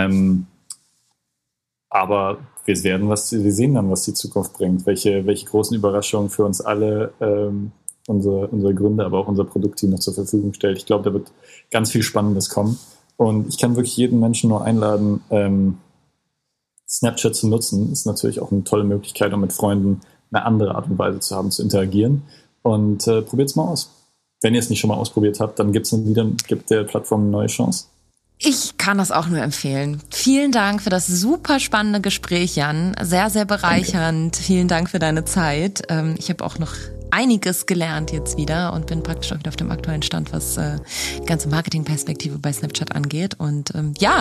[SPEAKER 3] Aber wir sehen dann, was die Zukunft bringt, welche großen Überraschungen für uns alle unsere Gründer, aber auch unser Produktteam noch zur Verfügung stellt. Ich glaube, da wird ganz viel Spannendes kommen. Und ich kann wirklich jeden Menschen nur einladen, Snapchat zu nutzen. Ist natürlich auch eine tolle Möglichkeit, um mit Freunden eine andere Art und Weise zu haben, zu interagieren. Und probiert es mal aus. Wenn ihr es nicht schon mal ausprobiert habt, dann gibt der Plattform eine neue Chance.
[SPEAKER 2] Ich kann das auch nur empfehlen. Vielen Dank für das super spannende Gespräch, Jan. Sehr, sehr bereichernd. Danke. Vielen Dank für deine Zeit. Ich habe auch noch einiges gelernt jetzt wieder und bin praktisch auch wieder auf dem aktuellen Stand, was die ganze Marketingperspektive bei Snapchat angeht. Und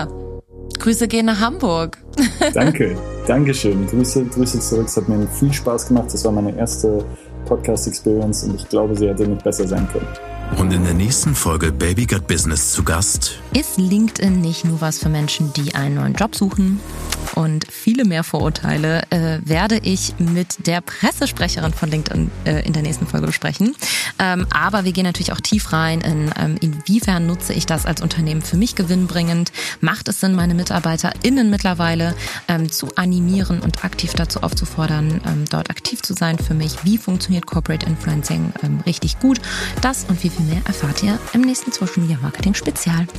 [SPEAKER 2] Grüße gehen nach Hamburg.
[SPEAKER 3] Dankeschön. Grüße zurück. Es hat mir viel Spaß gemacht. Das war meine erste Podcast-Experience und ich glaube, sie hätte nicht besser sein können.
[SPEAKER 1] Und in der nächsten Folge Baby Got Business zu Gast
[SPEAKER 2] ist LinkedIn nicht nur was für Menschen, die einen neuen Job suchen. Und viele mehr Vorurteile werde ich mit der Pressesprecherin von LinkedIn in der nächsten Folge besprechen. Aber wir gehen natürlich auch tief rein in inwiefern nutze ich das als Unternehmen für mich gewinnbringend. Macht es Sinn, meine MitarbeiterInnen mittlerweile zu animieren und aktiv dazu aufzufordern, dort aktiv zu sein für mich? Wie funktioniert Corporate Influencing richtig gut? Das und viel mehr erfahrt ihr im nächsten Social Media Marketing Spezial.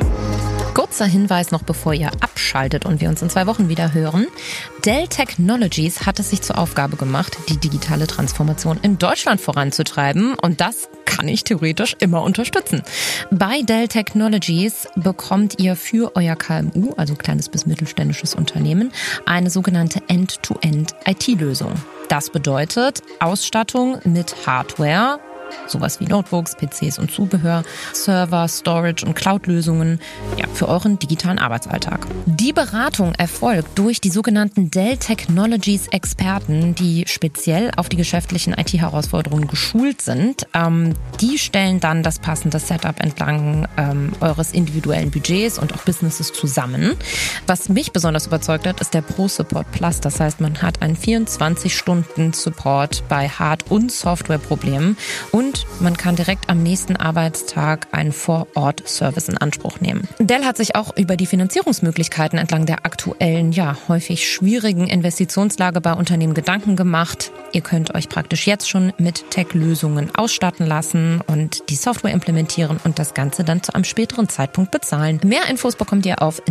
[SPEAKER 2] Kurzer Hinweis noch, bevor ihr abschaltet und wir uns in 2 Wochen wieder hören. Dell Technologies hat es sich zur Aufgabe gemacht, die digitale Transformation in Deutschland voranzutreiben und das kann ich theoretisch immer unterstützen. Bei Dell Technologies bekommt ihr für euer KMU, also kleines bis mittelständisches Unternehmen, eine sogenannte End-to-End-IT-Lösung. Das bedeutet Ausstattung mit Hardware, sowas wie Notebooks, PCs und Zubehör, Server, Storage und Cloud-Lösungen für euren digitalen Arbeitsalltag. Die Beratung erfolgt durch die sogenannten Dell Technologies Experten, die speziell auf die geschäftlichen IT-Herausforderungen geschult sind. Die stellen dann das passende Setup entlang eures individuellen Budgets und auch Businesses zusammen. Was mich besonders überzeugt hat, ist der Pro Support Plus. Das heißt, man hat einen 24-Stunden-Support bei Hard- und Softwareproblemen. Und man kann direkt am nächsten Arbeitstag einen Vor-Ort-Service in Anspruch nehmen. Dell hat sich auch über die Finanzierungsmöglichkeiten entlang der aktuellen, häufig schwierigen Investitionslage bei Unternehmen Gedanken gemacht. Ihr könnt euch praktisch jetzt schon mit Tech-Lösungen ausstatten lassen und die Software implementieren und das Ganze dann zu einem späteren Zeitpunkt bezahlen. Mehr Infos bekommt ihr auf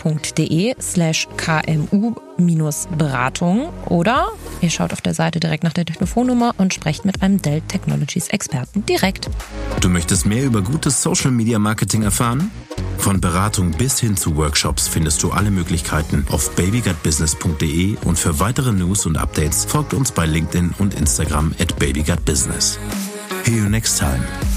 [SPEAKER 2] dell.de/kmu-beratung oder ihr schaut auf der Seite direkt nach der Telefonnummer und sprecht mit einem Dell Technologies Experten direkt.
[SPEAKER 1] Du möchtest mehr über gutes Social Media Marketing erfahren? Von Beratung bis hin zu Workshops findest du alle Möglichkeiten auf babygutbusiness.de und für weitere News und Updates folgt uns bei LinkedIn und Instagram @babygutbusiness. See you next time.